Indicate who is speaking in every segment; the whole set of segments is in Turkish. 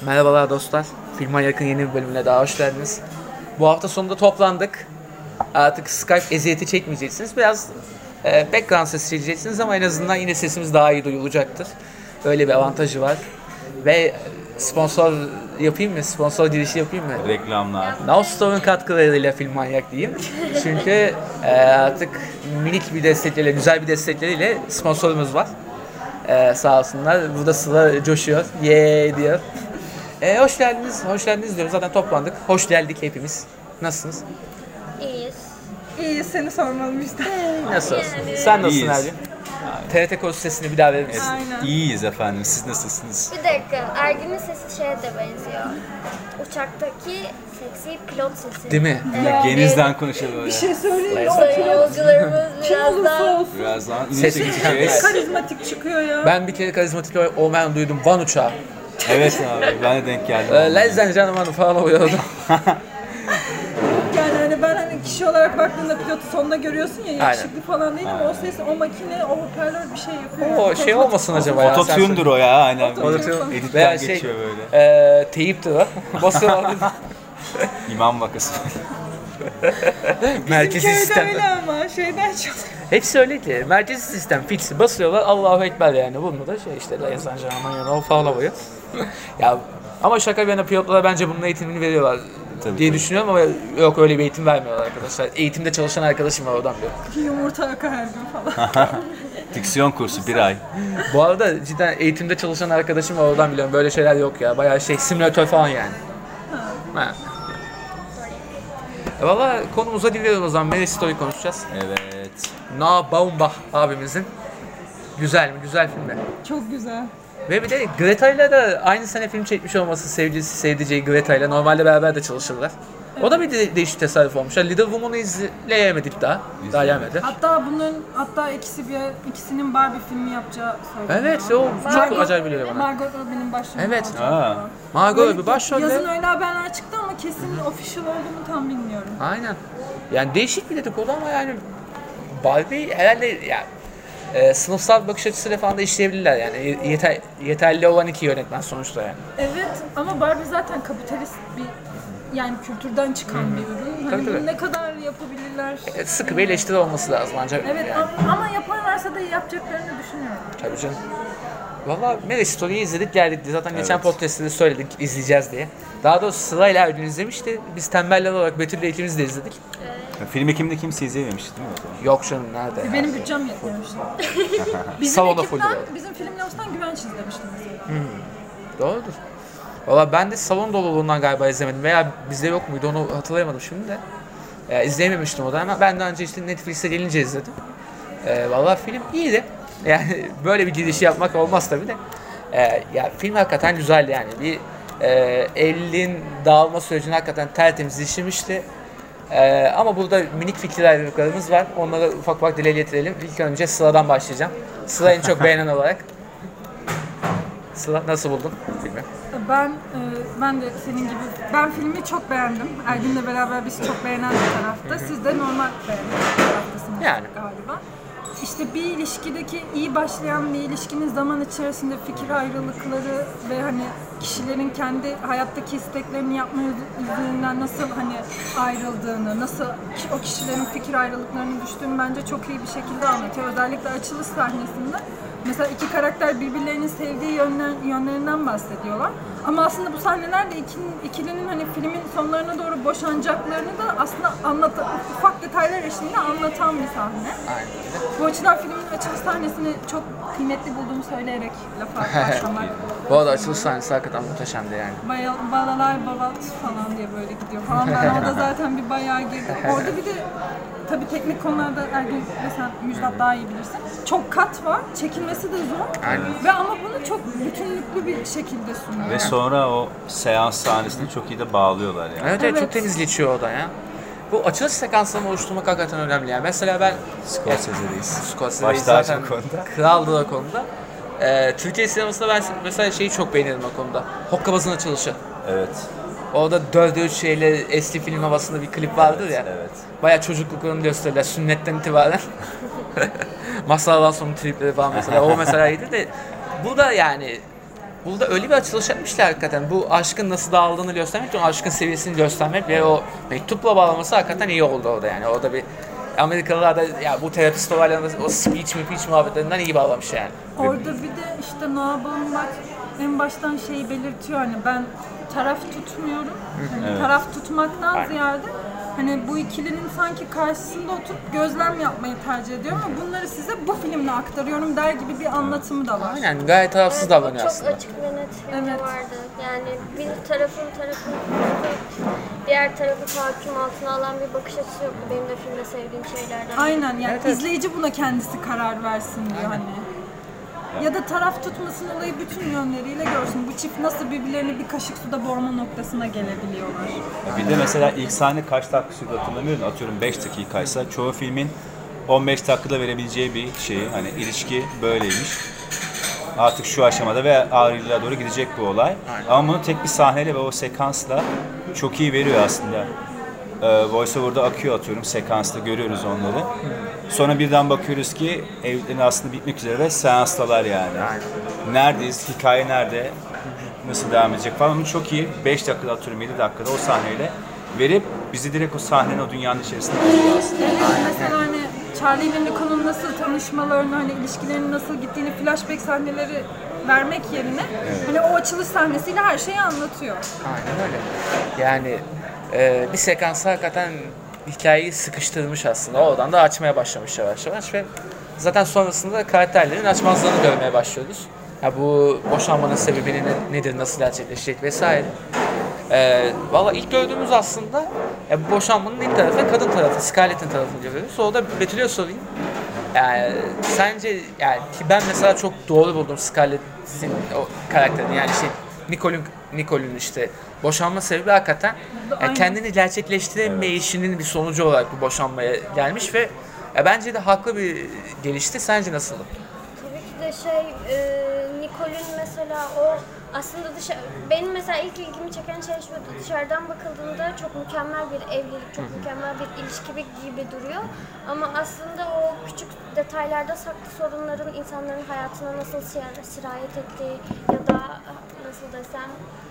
Speaker 1: Merhabalar dostlar. Filma yakın yeni bir bölümüne daha hoş geldiniz. Bu hafta sonunda toplandık. Artık Skype eziyeti çekmeyeceksiniz. Biraz background sesi çekeceksiniz ama en azından yine sesimiz daha iyi duyulacaktır. Öyle bir avantajı var. Ve sponsor yapayım mı? Sponsor girişi yapayım mı?
Speaker 2: Reklamlar.
Speaker 1: Nowstore'un katkılarıyla Film Manyak diyeyim. Çünkü artık minik bir destekleriyle, güzel bir destekleriyle sponsorumuz var. Sağ olsunlar. Burada Sıla coşuyor. Yeee diyor. Hoş geldiniz diyorum. Zaten toplandık. Hoş geldik hepimiz. Nasılsınız?
Speaker 3: İyiyiz.
Speaker 4: İyi, seni sormalım işte.
Speaker 1: Nasıl olsun?
Speaker 3: Yani.
Speaker 1: Sen nasılsın
Speaker 2: İyiyiz.
Speaker 1: abi? TRT konusu sesini bir daha verir misin?
Speaker 4: Aynen.
Speaker 2: İyiyiz efendim. Siz nasılsınız?
Speaker 3: Bir dakika, Ergin'in sesi şeye de benziyor. Uçaktaki seksi pilot sesi.
Speaker 1: Değil mi?
Speaker 4: Ya,
Speaker 2: Genizden konuşalım öyle.
Speaker 4: Bir şey söyleyeyim mi? O
Speaker 3: Sayın
Speaker 4: pilot
Speaker 3: yolcularımız
Speaker 4: kim olursa
Speaker 3: birazdan...
Speaker 4: olsun
Speaker 2: Birazdan
Speaker 1: Sesi
Speaker 2: inişe
Speaker 1: güzel.
Speaker 2: gideceğiz.
Speaker 4: karizmatik çıkıyor ya.
Speaker 1: Ben bir kere karizmatik olmayan duydum. Van uçağı.
Speaker 2: Evet abi ben de denk geldim.
Speaker 1: Ladies and gentlemen falan oluyordu.
Speaker 4: Yani hani ben hani kişi olarak baktığında pilotu sonunda görüyorsun ya yakışıklı falan değil ama o ses, o makine, o hoparlör bir şey yapıyor.
Speaker 1: O şey olmasın acaba ya?
Speaker 2: Ototune'dur o ya aynen.
Speaker 4: Ototune.
Speaker 2: Editten
Speaker 1: Veya
Speaker 2: geçiyor böyle.
Speaker 1: Teyipti o. Basıyorlar.
Speaker 2: İmam vakası.
Speaker 1: Merkezi
Speaker 4: Köyde
Speaker 1: sistem.
Speaker 4: öyle ama şeyden çok.
Speaker 1: Hepsi öyleydi. Merkezi sistem fix basıyorlar. Allahu Ekber yani. Bunu da şey işte Ladies and gentlemen o falan oluyor. Ya ama şaka bir yana pilotlara bence bunun eğitimini veriyorlar diye
Speaker 2: tabii.
Speaker 1: düşünüyorum ama yok öyle bir eğitim vermiyorlar arkadaşlar. Eğitimde çalışan arkadaşım var oradan biliyorum.
Speaker 4: Yumurta akar her gün falan.
Speaker 2: Diksiyon kursu 1 ay.
Speaker 1: Bu arada cidden eğitimde çalışan arkadaşım var oradan biliyorum. Böyle şeyler yok ya. Bayağı şey simülatör falan yani. Ha. Valla konumuza gidiyoruz o zaman. Mary Story konuşacağız.
Speaker 2: Evet.
Speaker 1: Noah Baumbach abimizin. Güzel mi? Güzel film mi?
Speaker 4: Çok güzel.
Speaker 1: Ve bir de Greta ile de aynı sene film çekmiş olması sevdiceği Greta ile normalde beraber de çalışırlar. O da bir değişik tesadüf olmuş. Yani Little Woman'ı izleyemedik daha. Daha gelmedi.
Speaker 4: Hatta ikisinin Barbie filmi yapacağı söyleniyor.
Speaker 1: Evet, o çok acayip geliyor bana.
Speaker 4: Margot Robbie'nin başrolü
Speaker 1: Evet.
Speaker 4: olacak.
Speaker 2: Aa.
Speaker 1: Margot Robbie başrolde.
Speaker 4: Yazın öyle haberler çıktı ama kesin official olduğunu tam bilmiyorum.
Speaker 1: Aynen. Yani değişik bir dedikodu ama yani Barbie herhalde yani sınıfsal bakış açısıyla falan da işleyebilirler yani yeterli olan iki yönetmen sonuçta yani.
Speaker 4: Evet ama Barbie zaten kapitalist bir yani kültürden çıkan bir ürün. Hani
Speaker 1: Tabii.
Speaker 4: bunu ne kadar yapabilirler?
Speaker 1: Sıkı bir eleştiri olması lazım ancak
Speaker 4: Evet
Speaker 1: yani.
Speaker 4: ama yaparlarsa da yapacaklarını düşünüyorum.
Speaker 1: Tabii canım. Valla Mary Story'yi izledik geldik. Zaten geçen podcast'te de söyledik izleyeceğiz diye. Daha doğrusu Sıla ile Ergün izlemişti. Biz tembeller olarak Betül'le ikimiz de izledik.
Speaker 2: Film ekimde kimse izleyememişti değil mi o zaman?
Speaker 1: Yok canım nerede ya?
Speaker 4: Benim bütçem yetmemişti. Bizim
Speaker 1: Salonda full
Speaker 4: ekipten,
Speaker 1: böyle.
Speaker 4: bizim film Lost'tan Güvenç izlemiştim mesela.
Speaker 1: Doğrudur. Valla ben de salon doluluğundan galiba izlemedim veya bizde yok muydu onu hatırlayamadım şimdi de. İzleyememiştim o da ama ben daha önce işte Netflix'e gelince izledim. Valla film iyiydi. Yani böyle bir girişi yapmak olmaz tabii de. Ya film hakikaten güzeldi yani. Bir evliliğin dağılma sürecini hakikaten tertemiz işlemişti. Ama burada minik fikir ayrılıklarımız var. Onları ufak ufak dile getirelim. İlk önce Sıla'dan başlayacağım. Sıla en çok beğenen olarak. Sıla nasıl buldun filmi?
Speaker 4: Ben de senin gibi filmi çok beğendim. Ergin'le beraber biz çok beğenen bir tarafta. Siz de normal beğenen bir taraftasınız
Speaker 1: Yani.
Speaker 4: galiba. İşte bir ilişkideki iyi başlayan bir ilişkinin zaman içerisinde fikir ayrılıkları ve hani kişilerin kendi hayattaki isteklerini yapma yüzünden nasıl hani ayrıldığını, nasıl o kişilerin fikir ayrılıklarını düştüğünü bence çok iyi bir şekilde anlatıyor. Özellikle açılış sahnesinde mesela iki karakter birbirlerinin sevdiği yönlerinden bahsediyorlar. Ama aslında bu sahnelerde ikilinin hani filmin sonlarına doğru boşanacaklarını da aslında ufak detaylar eşliğinde anlatan bir sahne.
Speaker 1: Aynen.
Speaker 4: Bu açıdan filmin açılış sahnesini çok kıymetli bulduğumu söyleyerek lafa başlamak.
Speaker 1: Bu arada açılış sahnesi hakikaten muhteşemdi yani.
Speaker 4: Balalar babat falan diye böyle gidiyor falan. Ben orada zaten bir bayağı girdim. Orada bir de tabii teknik konularda Ergün ve sen Müjdat daha iyi bilirsin. Çok kat var, çekilmesi de zor.
Speaker 1: Aynen.
Speaker 4: Ve ama bunu çok bütünlüklü bir şekilde sunuyor.
Speaker 2: Ve sonra o seans sahnesini çok iyi de bağlıyorlar yani.
Speaker 1: Evet,
Speaker 4: Evet.
Speaker 1: çok temiz geçiyor o da ya. Bu açılış sekanslarını oluşturmak hakikaten önemli yani. Mesela ben
Speaker 2: Scorsese'deyiz.
Speaker 1: Scorsese
Speaker 2: Baş
Speaker 1: zaten
Speaker 2: tacı bu konuda.
Speaker 1: kraldı o konuda. Türkiye sinemasında ben mesela şeyi çok beğenirim o konuda. Hokkabaz'ın açılışı.
Speaker 2: Evet.
Speaker 1: Orada 4'e 3 şeyle eski film havasında bir klip vardır ya.
Speaker 2: Evet.
Speaker 1: Bayağı çocukluklarını gösterirler sünnetten itibaren. Masaldan sonra tripleri falan mesela. O mesela iyiydi de bu da yani burada öyle bir açılış yapmışlar hakikaten. Bu aşkın nasıl dağıldığını göstermek, o aşkın seviyesini göstermek ve o mektupla bağlaması hakikaten iyi oldu orada yani. Orada bir Amerikalılar da ya bu terapist olaylarında o speech muhabbetlerinden iyi bağlamış yani.
Speaker 4: Orada bir de işte Noah Baumbach en baştan şeyi belirtiyor, hani ben taraf tutmuyorum. Hani taraf tutmaktan ziyade hani bu ikilinin sanki karşısında oturup gözlem yapmayı tercih ediyorum ama bunları size bu filmle aktarıyorum der gibi bir anlatımı da var.
Speaker 1: Aynen, gayet tarafsız davranıyor
Speaker 3: çok
Speaker 1: aslında.
Speaker 3: açık ve net filmi vardı. Yani bir tarafın diğer tarafı tahakküm altına alan bir bakış açısı yoktu. Benim de filmde sevdiğim şeylerden.
Speaker 4: Aynen, yani
Speaker 1: Evet.
Speaker 4: izleyici buna kendisi karar versin diyor hani. Ya da taraf tutmasın, olayı bütün yönleriyle görsün. Bu çift nasıl birbirlerini bir kaşık suda boğma noktasına gelebiliyorlar.
Speaker 2: Bir de mesela ilk sahne kaç dakika sürdü hatırlamıyorum. Atıyorum 5 dakikaysa çoğu filmin 15 dakikada verebileceği bir şeyi, hani ilişki böyleymiş. Artık şu aşamada ve ayrılığa doğru gidecek bu olay. Ama bunu tek bir sahneyle ve o sekansla çok iyi veriyor aslında. Voiceover'da akıyor atıyorum, sekansta görüyoruz onları. Sonra birden bakıyoruz ki evliliklerin aslında bitmek üzere ve seanstalar yani. Neredeyiz, hikaye nerede, nasıl devam edecek falan, onu çok iyi 5 dakikada atıyorum 7 dakikada o sahneyle verip bizi direkt o sahnenin, o dünyanın içerisinde buluyor aslında.
Speaker 4: Mesela hani Charlie ile Nicole'un nasıl tanışmalarını, hani ilişkilerinin nasıl gittiğini flashback sahneleri vermek yerine hani o açılış sahnesiyle her şeyi anlatıyor.
Speaker 1: Aynen öyle. Yani bir sekansı hakikaten hikayeyi sıkıştırmış aslında. Oradan da açmaya başlamış yavaş yavaş ve zaten sonrasında karakterlerin açmazlığını görmeye başlıyoruz. Ya bu boşanmanın sebebi nedir, nasıl gerçekleşecek vesaire. Valla ilk gördüğümüz aslında bu boşanmanın ilk tarafı kadın tarafı, Scarlett'in tarafını görüyoruz. Sonra da Betül'e sorayım. Yani sence, yani ki ben mesela çok doğru buldum Scarlett'in o karakterini, yani Nicole'ün işte boşanma sebebi hakikaten kendini gerçekleştiremeyişinin bir sonucu olarak bu boşanmaya gelmiş ve bence de haklı bir gelişti. Sence nasıl?
Speaker 3: Tabii ki de Nicole'ün mesela o aslında benim mesela ilk ilgimi çeken şey şuydu. Dışarıdan bakıldığında çok mükemmel bir evlilik, çok mükemmel bir ilişki gibi duruyor. Ama aslında o küçük detaylarda saklı sorunların insanların hayatına nasıl sirayet ettiği ya da nasıl desem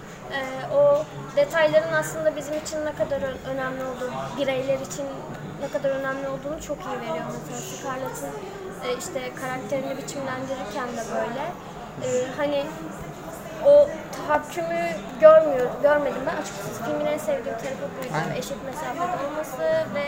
Speaker 3: o detayların aslında bizim için ne kadar önemli olduğu, bireyler için ne kadar önemli olduğunu çok iyi veriyor. Mesela Scarlett'in işte karakterini biçimlendirirken de böyle hani o tahakkümü görmedim ben. Açıkçası filmin en sevdiğim tarafı buydu. Eşit mesafede olması ve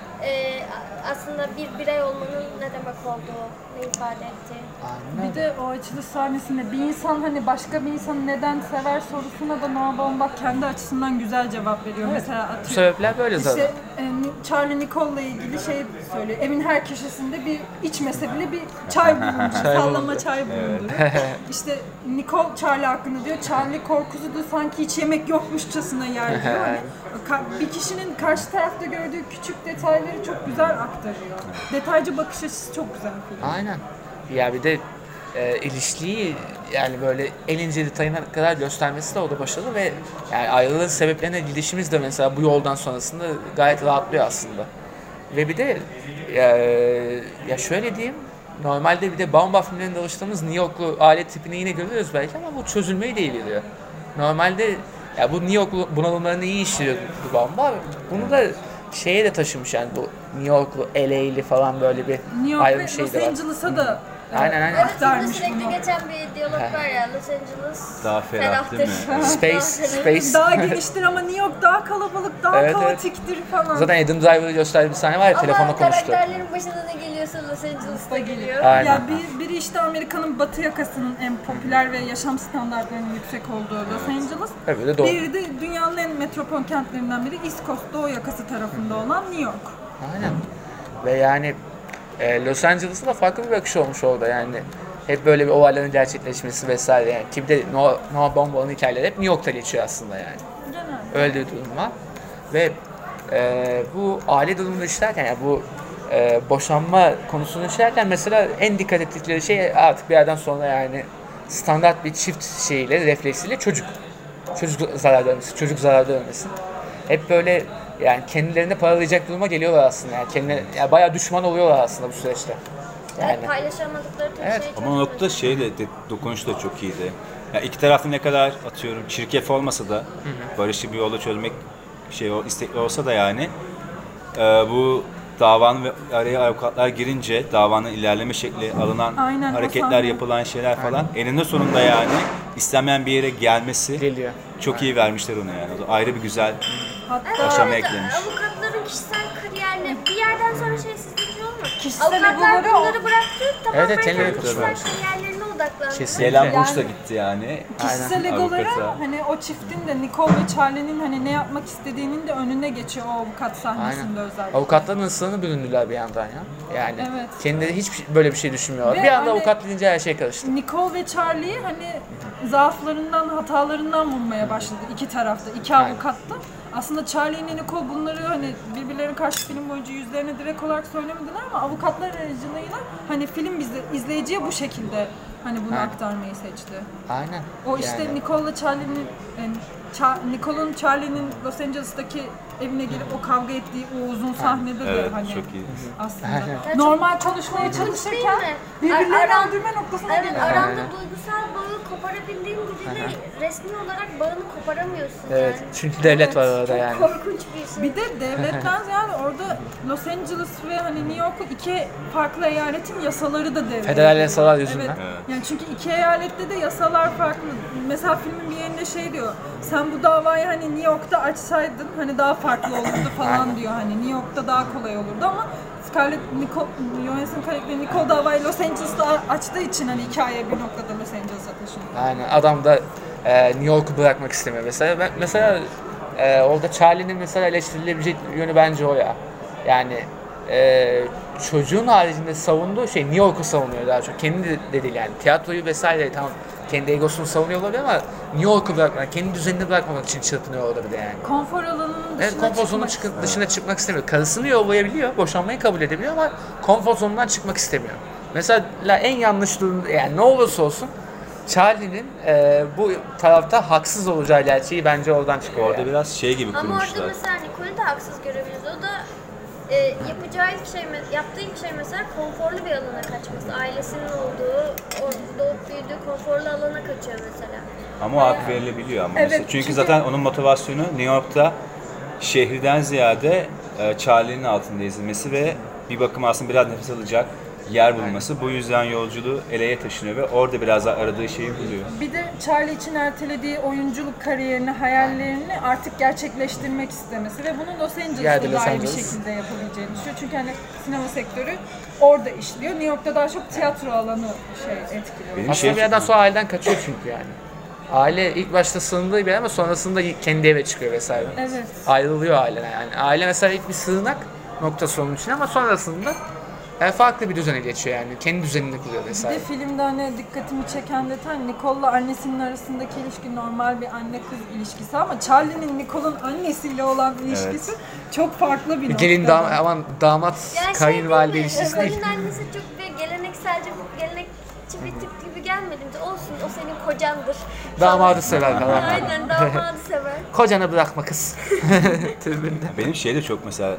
Speaker 3: aslında bir birey olmanın ne demek olduğu, ne ifade ettiği.
Speaker 4: Bir de o açılış sahnesinde bir insan hani başka bir insanı neden sever sorusuna da Noah Baumbach kendi açısından güzel cevap veriyor. Mesela
Speaker 1: Bu
Speaker 4: atıyor.
Speaker 1: sebepler böyle zaten.
Speaker 4: İşte Charlie Nicole'la ilgili şey söylüyor. Evin her köşesinde bir içmese bile bir çay bulunur. Sallama çay bulunur. İşte Nicole Charlie hakkında diyor. Charlie korkusudur, sanki hiç yemek yokmuşçasına yer diyor. Hani bir kişinin karşı tarafta gördüğü küçük detayları çok güzel aktarıyor. Detaycı bakış açısı çok güzel film.
Speaker 1: Aynen. Ya bir de ilişkiyi yani böyle en ince detayına kadar göstermesi de o da başarılı ve yani ayrılığın sebeplerine gidişimiz de mesela bu yoldan sonrasında gayet rahatlıyor aslında. Ve bir de ya şöyle diyeyim, normalde bir de Baumbach filmlerinde alıştığımız New Yorklu aile tipini yine görüyoruz belki ama bu çözülmeyi de iyi veriyor. Normalde ya bu New Yorklu bunalımlarını iyi işliyor bu Baumbach. Bunu da şeye de taşımış yani, bu New Yorklu, LA'li falan böyle bir
Speaker 4: New York
Speaker 1: ayrı
Speaker 4: ve
Speaker 1: bir şey
Speaker 4: Los
Speaker 1: de var.
Speaker 4: Angeles'a da
Speaker 1: Aynen.
Speaker 3: Evet, burada
Speaker 4: aktarmış
Speaker 3: sürekli
Speaker 4: bunu.
Speaker 3: geçen bir diyalog var ya, Los Angeles
Speaker 2: Daha ferah değil mi?
Speaker 1: Space.
Speaker 4: Daha geniştir ama New York daha kalabalık, daha
Speaker 1: Evet,
Speaker 4: kaotiktir falan.
Speaker 1: Zaten Adam Driver'ı gösterdiği bir sahne var ya, telefonla
Speaker 3: ama
Speaker 1: konuştu.
Speaker 3: karakterlerin başına ne geliyorsa Los Angeles'ta geliyor.
Speaker 1: Aynen.
Speaker 4: Ya biri işte Amerika'nın batı yakasının en popüler ve yaşam standartlarının yüksek olduğu Los Angeles.
Speaker 1: Tabii de doğru.
Speaker 4: Biri de dünyanın en metropol kentlerinden biri East Coast, Doğu yakası tarafında olan New York.
Speaker 1: Aynen. Ve yani Los Angeles'ta da farklı bir bakış olmuş orada yani. Hep böyle bir olayların gerçekleşmesi vesaire yani. Ki bir de Noah Baumbach'ın hikayeleri hep New York'ta geçiyor aslında yani.
Speaker 4: Genel.
Speaker 1: Öyle bir durum var. Ve bu aile durumunu işlerken yani bu boşanma konusunu işlerken mesela en dikkat ettikleri şey artık bir yerden sonra yani standart bir çift şeyiyle, refleksiyle çocuk zarar görmesin. Hep böyle yani kendilerini paralayacak duruma geliyorlar aslında yani yani bayağı düşman oluyorlar aslında bu süreçte. Yani
Speaker 3: Paylaşamadıkları tek
Speaker 1: Evet.
Speaker 3: şey
Speaker 2: Ama o nokta dokunuş da çok iyiydi. Ya iki tarafta ne kadar atıyorum çirkef olmasa da barışçı bir yolda çözmek istekli olsa da yani bu davanın ve araya avukatlar girince davanın ilerleme şekli alınan
Speaker 4: Aynen,
Speaker 2: hareketler yapılan şeyler falan eninde sonunda yani istenmeyen bir yere gelmesi
Speaker 1: Geliyor.
Speaker 2: çok iyi vermişler onu yani. O da ayrı bir güzel
Speaker 4: Hatta
Speaker 2: aşama eklemiş.
Speaker 3: Avukatların kişisel kariyerine bir yerden sonra sessizlik olmadı.
Speaker 4: Kişisel
Speaker 3: Avukatlar
Speaker 4: egoları
Speaker 3: bunları bıraktı, tamamen
Speaker 1: Evet, kendine
Speaker 3: kendi kişisel
Speaker 1: katılıyorum.
Speaker 3: kariyerlerine odaklandı.
Speaker 1: Kesin.
Speaker 2: Gelen
Speaker 1: Yani-
Speaker 2: Bush da gitti yani.
Speaker 4: kişisel
Speaker 2: Aynen.
Speaker 4: egoları
Speaker 2: Avukata.
Speaker 4: hani o çiftin de Nicole ve Charlie'nin hani ne yapmak istediğinin de önüne geçiyor o avukat sahnesinde
Speaker 1: Aynen.
Speaker 4: özellikle.
Speaker 1: Avukatların ıslığını büründüler bir yandan ya. Yani
Speaker 4: Evet.
Speaker 1: kendileri hiç böyle bir şey düşünmüyorlar.
Speaker 4: Ve
Speaker 1: Bir anda
Speaker 4: hani-
Speaker 1: avukat deyince her şey karıştı.
Speaker 4: Nicole ve Charlie hani zaaflarından, hatalarından vurmaya başladı iki tarafta, iki
Speaker 1: Aynen.
Speaker 4: avukat da. Aslında Charlie ile Nicole bunları hani birbirlerine karşı film boyunca yüzlerine direkt olarak söylemediler ama avukatlar aracılığıyla hani film izleyiciye bu şekilde hani bunu
Speaker 1: Aynen.
Speaker 4: aktarmayı seçti.
Speaker 1: Aynen.
Speaker 4: O işte
Speaker 1: Yani-
Speaker 4: Nicole'la Charlie'nin Nicole'un Charlie'nin Los Angeles'taki evine gelip o kavga ettiği o uzun sahnede de
Speaker 2: Evet,
Speaker 4: hani
Speaker 2: çok iyi.
Speaker 4: aslında
Speaker 1: Aynen.
Speaker 4: normal konuşmaya
Speaker 3: Korkunç
Speaker 4: çalışırken
Speaker 3: değil mi?
Speaker 4: birbirlerini
Speaker 3: Aran-
Speaker 4: öldürme noktasına
Speaker 3: Evet,
Speaker 4: geliyor.
Speaker 3: aranda
Speaker 1: Aynen.
Speaker 3: duygusal bağı koparabildiğin gibi de resmi olarak bağını koparamıyorsun
Speaker 1: Evet.
Speaker 3: yani.
Speaker 1: Çünkü devlet var orada
Speaker 3: Çok
Speaker 1: yani.
Speaker 3: korkunç bir şey.
Speaker 4: Bir de devletten ziyade orada Los Angeles ve hani New York'u iki farklı eyaletin yasaları da devreye
Speaker 1: Federal
Speaker 4: giriyor.
Speaker 1: yasalar yüzünden.
Speaker 4: Evet.
Speaker 2: Evet.
Speaker 4: Yani çünkü iki eyalette de yasalar farklı. Mesela filmin bir yerinde şey diyor. Sen bu davayı hani New York'ta açsaydın hani daha farklı olurdu falan diyor. Hani New York'ta daha kolay olurdu ama Scarlett Johansson karakteri Nicole davayı Los Angeles'ta açtığı için hani hikaye bir noktada Los Angeles'a taşınıyor.
Speaker 1: Aynen. Adam da New York'u bırakmak istemiyor mesela. Mesela orada Charlie'nin mesela eleştirilebilecek yönü bence o ya. Yani çocuğun haricinde savunduğu şey New York'u savunuyor daha çok. Kendi de değil yani. Tiyatroyu vesaire tamam kendi egosunu savunuyor olabilir ama New York'u bırakmak, kendi düzenini bırakmamak için çırpınıyor orada bir de yani.
Speaker 4: Konfor alanının dışına
Speaker 1: Evet, konfor zonunun
Speaker 4: çıkmak
Speaker 1: dışına çıkmak istemiyor. Karısını yollayabiliyor, boşanmayı kabul edebiliyor ama konfor zonundan çıkmak istemiyor. Mesela en yanlış durum, yani ne olursa olsun Charlie'nin bu tarafta haksız olacağı gerçeği bence oradan çıkıyor.
Speaker 2: Orada
Speaker 1: yani.
Speaker 2: biraz şey gibi
Speaker 3: Ama orada
Speaker 2: kurmuşlar.
Speaker 3: mesela Nicole'u da haksız görebiliriz. O da yapacağı ilk şey, yaptığı ilk şey mesela konforlu bir alana kaçması. Ailesinin olduğu, doğup büyüdüğü konforlu alana kaçıyor mesela.
Speaker 2: Ama o hak verilebiliyor ama.
Speaker 4: Evet,
Speaker 2: Mesela. Çünkü
Speaker 4: çünkü-
Speaker 2: zaten onun motivasyonu New York'ta şehirden ziyade Charlie'nin altında ezilmesi ve bir bakıma aslında biraz nefes alacak yer bulması. Bu yüzden yolculuğu LA'ye taşınıyor ve orada biraz daha aradığı şeyi buluyor.
Speaker 4: Bir de Charlie için ertelediği oyunculuk kariyerini, hayallerini artık gerçekleştirmek istemesi ve bunu Los
Speaker 1: Geldi
Speaker 4: Angeles'ta
Speaker 1: Los
Speaker 4: daha iyi bir
Speaker 1: Angeles.
Speaker 4: şekilde yapabileceğini düşünüyor. Çünkü hani sinema sektörü orada işliyor. New York'ta daha çok tiyatro alanı etkiliyor.
Speaker 2: Benim
Speaker 1: Aslında
Speaker 2: şey
Speaker 1: bir yerden sonra aileden kaçıyor çünkü yani. Aile ilk başta sığındığı bir yer ama sonrasında kendi eve çıkıyor vesaire.
Speaker 4: Evet.
Speaker 1: Ayrılıyor aileden yani. Aile mesela ilk bir sığınak noktası onun için ama sonrasında farklı bir düzene geçiyor yani. Kendi düzenini kuruyor
Speaker 4: Bir de
Speaker 1: vesaire.
Speaker 4: filmde hani dikkatimi çeken detay Nicole'la annesinin arasındaki ilişki normal bir anne kız ilişkisi ama Charlie'nin Nicole'un annesiyle olan ilişkisi çok farklı bir
Speaker 1: Gelin
Speaker 4: noktada.
Speaker 1: aman damat
Speaker 3: Yani
Speaker 1: kayınvalide
Speaker 3: değil mi?
Speaker 1: ilişkisi değil.
Speaker 3: Nicole'un annesi çok bir gelenekçi bir tip gibi gelmedi. Olsun, o senin kocandır.
Speaker 1: Damadı sever falan.
Speaker 3: Aynen, damadı sever.
Speaker 1: Kocanı bırakma kız. Tribünde.
Speaker 2: Benim şey de çok mesela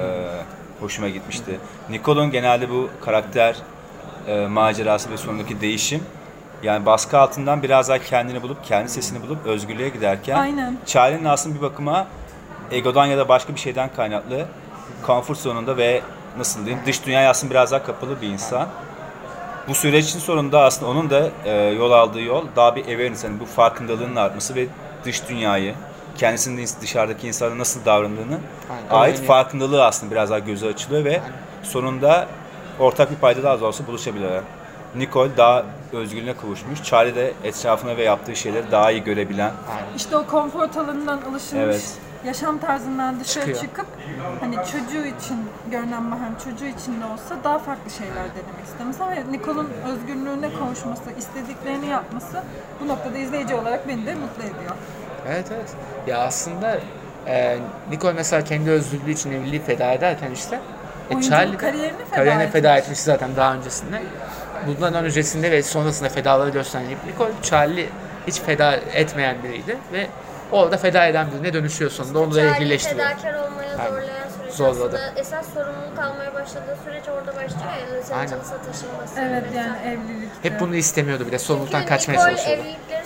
Speaker 2: hoşuma gitmişti. Nicole'un genelde bu karakter macerası ve sonundaki değişim yani baskı altından biraz daha kendini bulup, kendi sesini bulup özgürlüğe giderken
Speaker 4: Aynen.
Speaker 2: Charlie'nin aslında bir bakıma egodan ya da başka bir şeyden kaynaklı konfor zonunda ve nasıl diyeyim dış dünyaya aslında biraz daha kapalı bir insan. Bu sürecin sonunda aslında onun da yol aldığı yol daha bir awareness, yani bu farkındalığının artması ve dış dünyayı, kendisinin dışarıdaki insanlara nasıl davrandığını
Speaker 1: Aynen.
Speaker 2: ait
Speaker 1: Öyle.
Speaker 2: farkındalığı aslında biraz daha göze açılıyor ve sonunda ortak bir payda daha az olsa buluşabiliyorlar. Nicole daha özgürlüğüne kavuşmuş, Charlie de etrafına ve yaptığı şeyleri daha iyi görebilen.
Speaker 4: İşte o konfor alanından alışılmış
Speaker 2: Evet.
Speaker 4: yaşam tarzından dışarı
Speaker 1: Çıkıyor.
Speaker 4: çıkıp hani çocuğu için görünen bahar çocuğu için de olsa daha farklı şeyler denemek istemesi ama Nicole'un özgürlüğüne kavuşması, istediklerini yapması bu noktada izleyici olarak beni de mutlu ediyor.
Speaker 1: Evet evet. Ya aslında Nicole mesela kendi özgürlüğü için evliliği feda ederken işte
Speaker 4: Oyunculuk
Speaker 1: Charlie de
Speaker 4: kariyerini
Speaker 1: feda etmiş zaten daha öncesinde. Bundan öncesinde ve sonrasında fedaları gösteren Nicole, Charlie hiç feda etmeyen biriydi ve orada feda eden birine dönüşüyor sonunda. Onu da
Speaker 3: Charlie
Speaker 1: ehlileştiriyor.
Speaker 3: fedakar olmaya
Speaker 1: Aynen.
Speaker 3: zorlayan süreç
Speaker 1: Zorladı.
Speaker 3: aslında esas sorumluluk almaya başladığı süreç orada başlıyor ya, Los
Speaker 1: Aynen.
Speaker 3: Angeles'a taşınması.
Speaker 4: Evet
Speaker 3: mesela.
Speaker 4: yani evlilikte.
Speaker 1: Hep bunu istemiyordu bir de sorumluluktan
Speaker 3: Çünkü
Speaker 1: kaçmaya
Speaker 3: Nicole
Speaker 1: çalışıyordu.
Speaker 3: evlilikleri süresince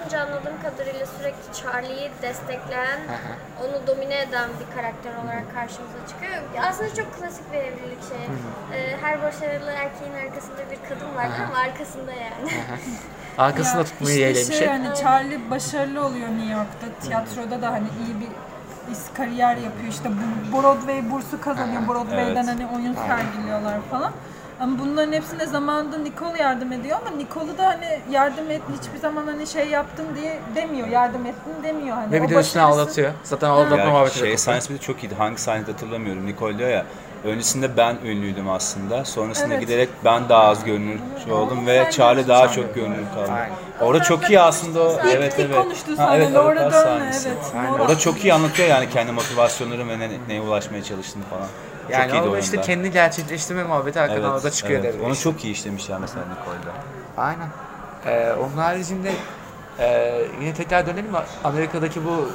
Speaker 3: olunca anladığım kadarıyla sürekli Charlie'yi destekleyen, onu domine eden bir karakter olarak karşımıza çıkıyor. Aslında çok klasik bir evlilik şeyi. Her başarılı erkeğin arkasında bir kadın vardır ama arkasında yani.
Speaker 1: Arkasında
Speaker 4: Ya
Speaker 1: tutmayı
Speaker 4: işte
Speaker 1: yeğlemiş.
Speaker 4: yani Charlie başarılı oluyor New York'ta. Tiyatroda da hani iyi bir kariyer yapıyor. İşte Broadway bursu kazanıyor. Broadway'den hani oyun sergiliyorlar falan. Ama bunların hepsine zamanında Nicole yardım ediyor ama Nicole'u da hani yardım et, hiçbir zaman hani şey yaptım diye demiyor, yardım ettim demiyor hani.
Speaker 1: Ve bir de üstüne ağlatıyor. Zaten ağlatma
Speaker 2: Ya
Speaker 1: muhabbeti de
Speaker 2: şey
Speaker 1: çok.
Speaker 2: sahnesi bir de çok iyiydi. Hangi sahnede hatırlamıyorum. Nicole diyor ya, öncesinde ben ünlüydüm aslında. Sonrasında
Speaker 4: Evet.
Speaker 2: giderek ben daha az görünür oldum ve Charlie daha çok görünür kaldı. Orada çok iyi aslında o.
Speaker 4: İlk konuştuğu sahne
Speaker 2: evet,
Speaker 4: Laura
Speaker 2: Avrupa
Speaker 4: Dern,
Speaker 2: sahnesi.
Speaker 4: evet.
Speaker 2: Orada çok iyi anlatıyor yani kendi motivasyonları ve neye ulaşmaya çalıştığını falan. Çok
Speaker 1: Yani
Speaker 2: iyiydi
Speaker 1: orada
Speaker 2: oyunda.
Speaker 1: işte kendini gerçekleştirme muhabbeti hakikaten orada çıkıyor devreye.
Speaker 2: Onu çok iyi işlemişler mesela Nicole'da.
Speaker 1: Aynen. Onun haricinde yine tekrar dönelim mi? Amerika'daki bu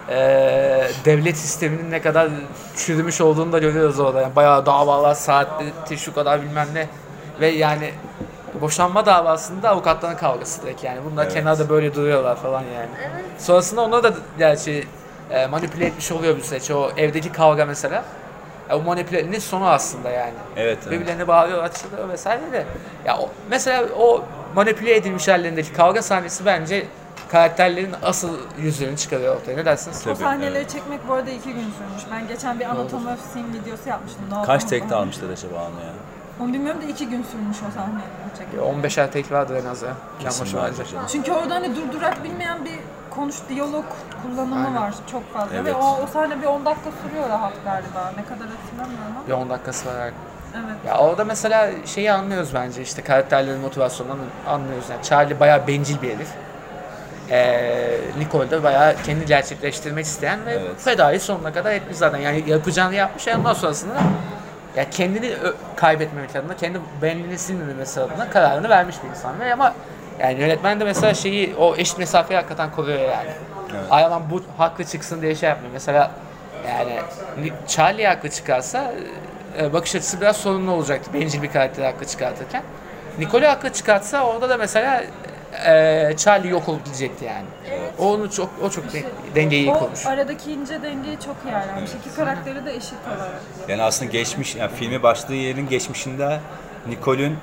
Speaker 1: devlet sisteminin ne kadar çürümüş olduğunu da görüyoruz orada. Yani bayağı davalar, saatleri, şu kadar bilmem ne. Ve yani boşanma davasında avukatların kavgası direkt yani. Bunlar kenarda böyle duruyorlar falan yani. Sonrasında ona da gerçi manipüle etmiş oluyor bir süreç. O evdeki kavga mesela. O manipülenin sonu aslında yani.
Speaker 2: Evet.
Speaker 1: Birbirlerine bağırıyor, açılıyor vesaire de. Ya mesela o manipüle edilmiş hallerindeki kavga sahnesi bence karakterlerin asıl yüzlerini çıkarıyor ortaya. Ne dersiniz?
Speaker 4: O sahneleri çekmek bu arada 2 gün sürmüş. Ben geçen bir Anatomy of Sin videosu yapmıştım.
Speaker 2: Kaç tekte almışlar acaba onu ya?
Speaker 4: Onu bilmiyorum da 2 gün sürmüş o sahneleri çekmek.
Speaker 1: 15'er tek vardır en az ya.
Speaker 2: Kesin vardır canım.
Speaker 4: Çünkü orada hani durdurak bilmeyen bir diyalog kullanımı var çok fazla
Speaker 2: Evet.
Speaker 4: ve o sahne bir 10 dakika sürüyor rahat galiba. Ne kadar hatırlamıyorum ama.
Speaker 1: Bir 10 dakikası var.
Speaker 4: Evet.
Speaker 1: Ya orada mesela şeyi anlıyoruz bence işte karakterlerin motivasyonunu anlıyoruz. Yani Charlie bayağı bencil bir herif. Nicole de bayağı kendini gerçekleştirmek isteyen ve fedayı sonuna kadar etmiş zaten. Yani yapacağını yapmış ondan sonrasında ya kendini kaybetmemek adına, kendi benliğini silmemesi adına kararını vermiş bir insan. Ve ama yani yönetmen de mesela şeyi, o eşit mesafeyi hakikaten koruyor yani.
Speaker 2: Evet.
Speaker 1: Ay aman bu haklı çıksın diye şey yapmıyor. Mesela yani Charlie haklı çıkarsa bakış açısı biraz sorunlu olacaktı. Bencil bir karakteri haklı çıkartırken. Nicole haklı çıkartsa orada da mesela Charlie yok olup gidecekti yani. Onu çok dengeyi iyi kurmuş.
Speaker 4: O aradaki ince dengeyi çok iyi ayarlamış. İki karakteri de eşit olarak.
Speaker 2: Yani aslında geçmiş, yani filmi başladığı yerin geçmişinde Nicole'ün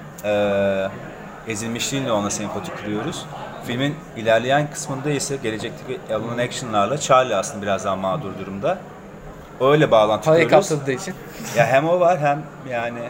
Speaker 2: ezilmişliğiyle ona sempati kuruyoruz. Filmin ilerleyen kısmında ise gelecekteki alınan action'larla Charlie aslında biraz daha mağdur durumda. Öyle bağlantı
Speaker 1: Parayı
Speaker 2: kuruyoruz.
Speaker 1: kaptırdığı için.
Speaker 2: Ya hem o var hem yani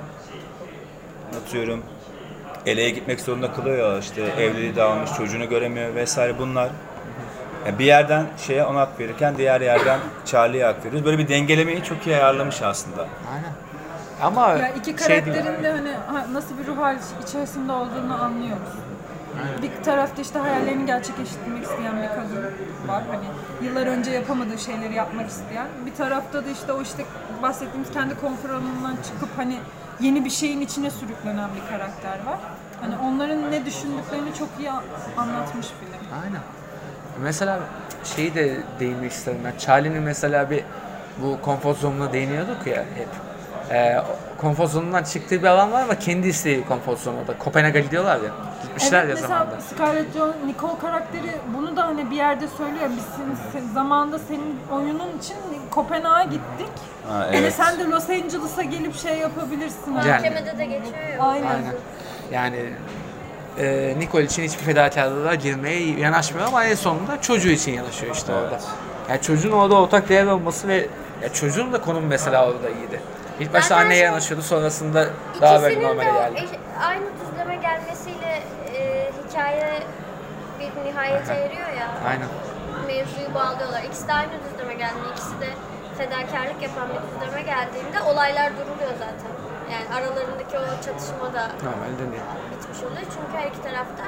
Speaker 2: atıyorum LA'ye gitmek zorunda kalıyor, işte evliliği dağılmış, çocuğunu göremiyor vesaire bunlar. Yani bir yerden şeye ona hak verirken diğer yerden Charlie'ye hak veriyoruz. Böyle bir dengelemeyi çok iyi ayarlamış aslında.
Speaker 1: Aynen. Ama
Speaker 4: Ya iki
Speaker 1: şey
Speaker 4: karakterin
Speaker 1: değil.
Speaker 4: de hani nasıl bir ruh hali içerisinde olduğunu anlıyoruz. Bir tarafta işte hayallerini gerçekleştirmek isteyen bir kadın var. Hani yıllar önce yapamadığı şeyleri yapmak isteyen. Bir tarafta da işte o işte bahsettiğimiz kendi konfor alanından çıkıp hani yeni bir şeyin içine sürüklenen bir karakter var. Hani onların ne düşündüklerini çok iyi anlatmış film.
Speaker 1: Aynen. Mesela şeyi de değinmek isterim ben. Charlie'nin mesela bir bu konfor zonuna değiniyorduk ya hep. Konfor zonundan çıktığı bir alan var ama kendi isteği konfor zonunda. Kopenhag'a gidiyorlar ya. Gitmişler ya
Speaker 4: mesela
Speaker 1: zamanında.
Speaker 4: Scarlett Johansson, Nicole karakteri bunu da hani bir yerde söylüyor. Biz zamanında senin oyunun için Kopenhag'a gittik.
Speaker 2: Ha,
Speaker 4: Yani
Speaker 2: evet.
Speaker 4: sen de Los Angeles'a gelip şey yapabilirsin.
Speaker 1: Yani.
Speaker 3: Mahkemede de geçiyor ya.
Speaker 4: Aynen.
Speaker 1: Aynen. Yani Nicole için hiçbir fedakarlığa girmeye yanaşmıyor ama en sonunda çocuğu için yanaşıyor işte orada. Yani çocuğun orada ortak değer olması ve ya çocuğun da konumu mesela orada iyiydi. İlk başta
Speaker 3: Zaten
Speaker 1: anneye
Speaker 3: şey-
Speaker 1: yanaşıyordu, sonrasında daha böyle
Speaker 3: İkisinin
Speaker 1: normale
Speaker 3: de o
Speaker 1: geldi.
Speaker 3: aynı düzleme gelmesiyle hikaye bir nihayete eriyor ya.
Speaker 1: Aynen.
Speaker 3: Mevzuyu bağlıyorlar. İkisi de aynı düzleme geldiğinde, ikisi de fedakarlık yapan bir düzleme geldiğinde olaylar duruluyor zaten. Yani aralarındaki o çatışma da
Speaker 1: Normal dönüyor.
Speaker 3: bitmiş oluyor. Çünkü her iki tarafta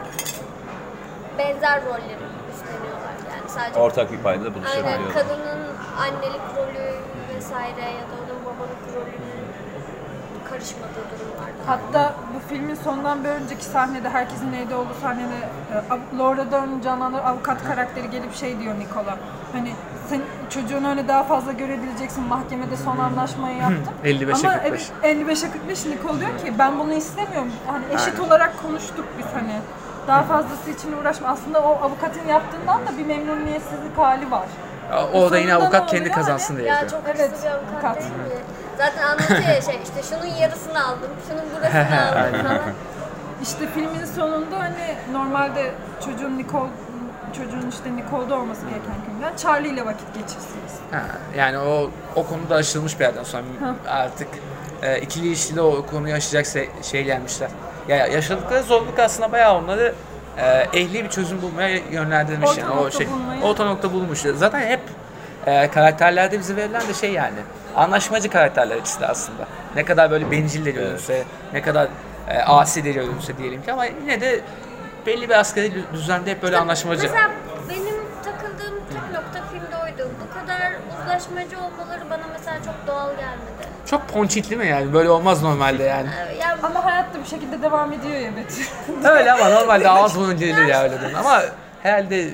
Speaker 3: benzer rolleri üstleniyorlar. Yani sadece
Speaker 2: Ortak bir payda
Speaker 3: aynen
Speaker 2: buluşabiliyorlar.
Speaker 3: kadının annelik rolü vesaire ya da onun babalık rolünün karışmadığı durumlarda.
Speaker 4: Hatta bu filmin sondan bir önceki sahnede, herkesin neyde olduğu sahnede Laura Dern canlandıran avukat karakteri gelip şey diyor Nicole'a. Hani sen çocuğunu hani daha fazla görebileceksin, mahkemede son anlaşmayı yaptım.
Speaker 1: 55'e
Speaker 4: Ama
Speaker 1: 45.
Speaker 4: evet 55'e 45 Nicole diyor ki ben bunu istemiyorum. Hani eşit
Speaker 1: Aynen.
Speaker 4: olarak konuştuk biz hani. daha fazlası için uğraşma. Aslında o avukatın yaptığından da bir memnuniyetsizlik hali var.
Speaker 1: O da yine
Speaker 4: Sonunda
Speaker 1: avukat
Speaker 4: ne
Speaker 1: kendi
Speaker 4: oluyor?
Speaker 1: kazansın diye
Speaker 3: Ya
Speaker 1: yapıyor.
Speaker 3: çok
Speaker 4: Evet,
Speaker 3: hırslı bir avukat
Speaker 4: avukat.
Speaker 3: değil mi? Zaten anlatıyor ya işte şunun yarısını aldım, şunun burasını aldım falan.
Speaker 4: İşte filmin sonunda hani normalde çocuğun işte Nicole'da olması gereken günden Charlie ile vakit geçirsiniz.
Speaker 1: Ha, yani o konuda aşılmış bir yerden sonra artık ikili ilişkide o konuyu aşacak şey gelmişler. Ya yaşadıkları zorluk aslında bayağı onları ehli bir çözüm bulmaya yönlendirmiş.
Speaker 4: Orta
Speaker 1: yani
Speaker 4: nokta bulmayı.
Speaker 1: orta nokta bulmuş. Zaten hep karakterlerde bize verilen de şey yani anlaşmacı karakterler ikisi de aslında. Ne kadar böyle bencil de görünse, ne kadar asi de görünse diyelim ki ama yine de belli bir askeri düzende hep böyle anlaşmacı.
Speaker 3: Mesela benim takıldığım tek nokta filmde oydu. Bu kadar uzlaşmacı olmaları bana mesela çok doğal gelmedi.
Speaker 1: Çok ponçikli mi yani? Böyle olmaz normalde yani.
Speaker 3: Ya
Speaker 4: Ama hayat da bir şekilde devam ediyor ya Betül.
Speaker 1: Öyle ama normalde ağız burun dilidir ya öyle diyeyim. Ama herhalde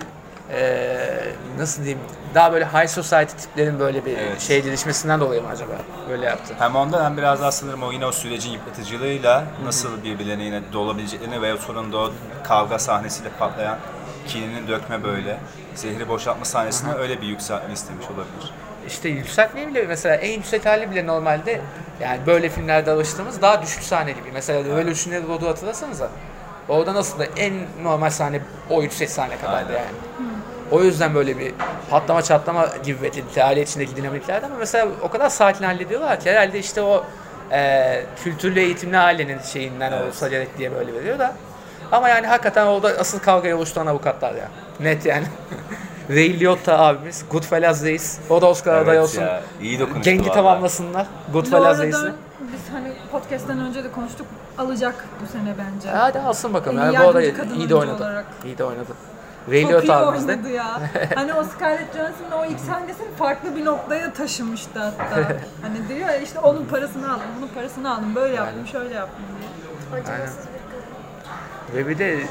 Speaker 1: nasıl diyeyim daha böyle high society tiplerin böyle bir şey gelişmesinden dolayı mı acaba böyle yaptı?
Speaker 2: Hem ondan hem biraz daha sanırım o yine o sürecin yıpratıcılığıyla nasıl birbirlerine yine dolabileceklerini ve sonunda o kavga sahnesiyle patlayan kininin dökme böyle zehri boşaltma sahnesine öyle bir yükseltme istemiş olabilir.
Speaker 1: İşte yükseltmeyi bile mesela en yüksek hali bile normalde yani böyle filmlerde alıştığımız daha düşük sahne gibi. Mesela Revolutionary Road'u hatırlasanıza. Orada nasıl da en normal sahne o yüksek sahne kadardı yani. O yüzden böyle bir patlama çatlama gibi bekledi aile içindeki dinamiklerdi ama mesela o kadar sakin hallediyorlar ki herhalde işte o kültürlü eğitimli ailenin şeyinden olsa gerek diye böyle veriyor da. Ama yani hakikaten orada asıl kavgayı oluşturan avukatlar ya. Net yani. Ray Liotta abimiz, Goodfellas Reis. O da Oscar adayı olsun.
Speaker 2: Ya, iyi dokunuştu
Speaker 1: Gengi
Speaker 2: valla.
Speaker 1: tamamlasınlar. Goodfellas
Speaker 4: Laura
Speaker 1: Reis'i.
Speaker 4: Dern, biz hani podcast'ten önce de konuştuk, alacak bu sene bence.
Speaker 1: Hadi alsın bakalım.
Speaker 4: En iyi
Speaker 1: Yani bu arada
Speaker 4: yardımcı kadın
Speaker 1: iyi de
Speaker 4: oyuncu
Speaker 1: oynadı.
Speaker 4: olarak.
Speaker 1: İyi de oynadı. Ray
Speaker 4: Çok iyi
Speaker 1: Liotta abimiz de.
Speaker 4: oynadı ya. Hani o Scarlett Johansson'ın o ilk sahnesini farklı bir noktaya taşımıştı hatta. Hani diyor ya işte onun parasını aldım, bunun parasını aldım, böyle yaptım, şöyle yaptım diye.
Speaker 3: acımasız bir kadın.
Speaker 1: Ve bir de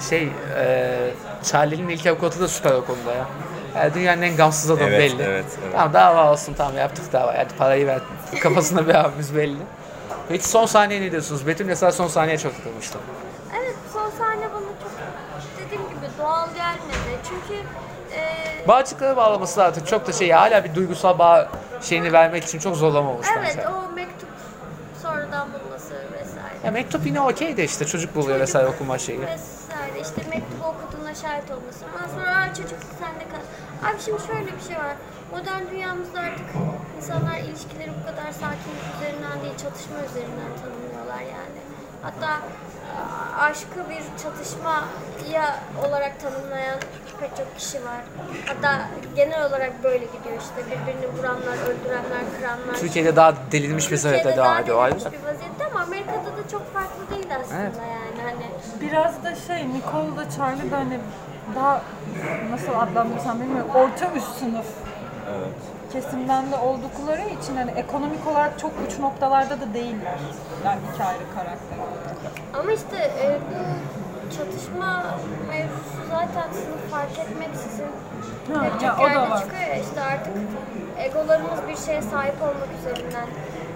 Speaker 1: Charlie'nin ilk avukatı da süper o konuda ya. Yani dünyanın en gamsız adamı
Speaker 2: Evet,
Speaker 1: belli.
Speaker 2: evet.
Speaker 1: Tamam dava olsun tamam yaptık dava. Yani parayı ver. Kafasında bir abimiz belli. Peki son sahneye ne diyorsunuz? Betül mesela son sahneye çok takılmıştı.
Speaker 3: Evet son sahne bana çok dediğim gibi doğal gelmedi. Çünkü
Speaker 1: Bağcıklara bağlaması da artık çok da hala bir duygusal bağ şeyini vermek için çok zorlamamış
Speaker 3: evet
Speaker 1: bence.
Speaker 3: o mektup sonradan bulması vesaire.
Speaker 1: Ya mektup yine okey de işte çocuk buluyor vesaire okuma şeyi.
Speaker 3: Vesaire işte mektubu okuduğuna şahit olması. Ondan sonra çocuk sende kal. Abi şimdi şöyle bir şey var. Modern dünyamızda artık insanlar ilişkileri bu kadar sakinlik üzerinden değil çatışma üzerinden tanımlıyorlar yani. Hatta aşkı bir çatışmaya olarak tanımlayan pek çok kişi var. Hatta genel olarak böyle gidiyor işte birbirini vuranlar, öldürenler, kıranlar.
Speaker 1: Türkiye'de daha delinmiş bir
Speaker 3: Türkiye'de
Speaker 1: sebepte devam
Speaker 3: daha
Speaker 1: ediyor.
Speaker 3: delirmiş bir vaziyette ama Amerika'da da çok farklı değil aslında
Speaker 1: Evet.
Speaker 3: yani hani.
Speaker 4: Biraz da Nicole da Charlie de hani daha nasıl adlandırsam bilmiyorum, orta üst sınıf kesimden de oldukları için hani ekonomik olarak çok uç noktalarda da değiller. Yani iki ayrı karakter.
Speaker 3: Ama işte bu çatışma mevzusu zaten sınıf fark etmeksizin pek
Speaker 4: ya,
Speaker 3: çok
Speaker 4: o da
Speaker 3: yerde
Speaker 4: var.
Speaker 3: çıkıyor ya işte artık egolarımız bir şeye sahip olmak üzerinden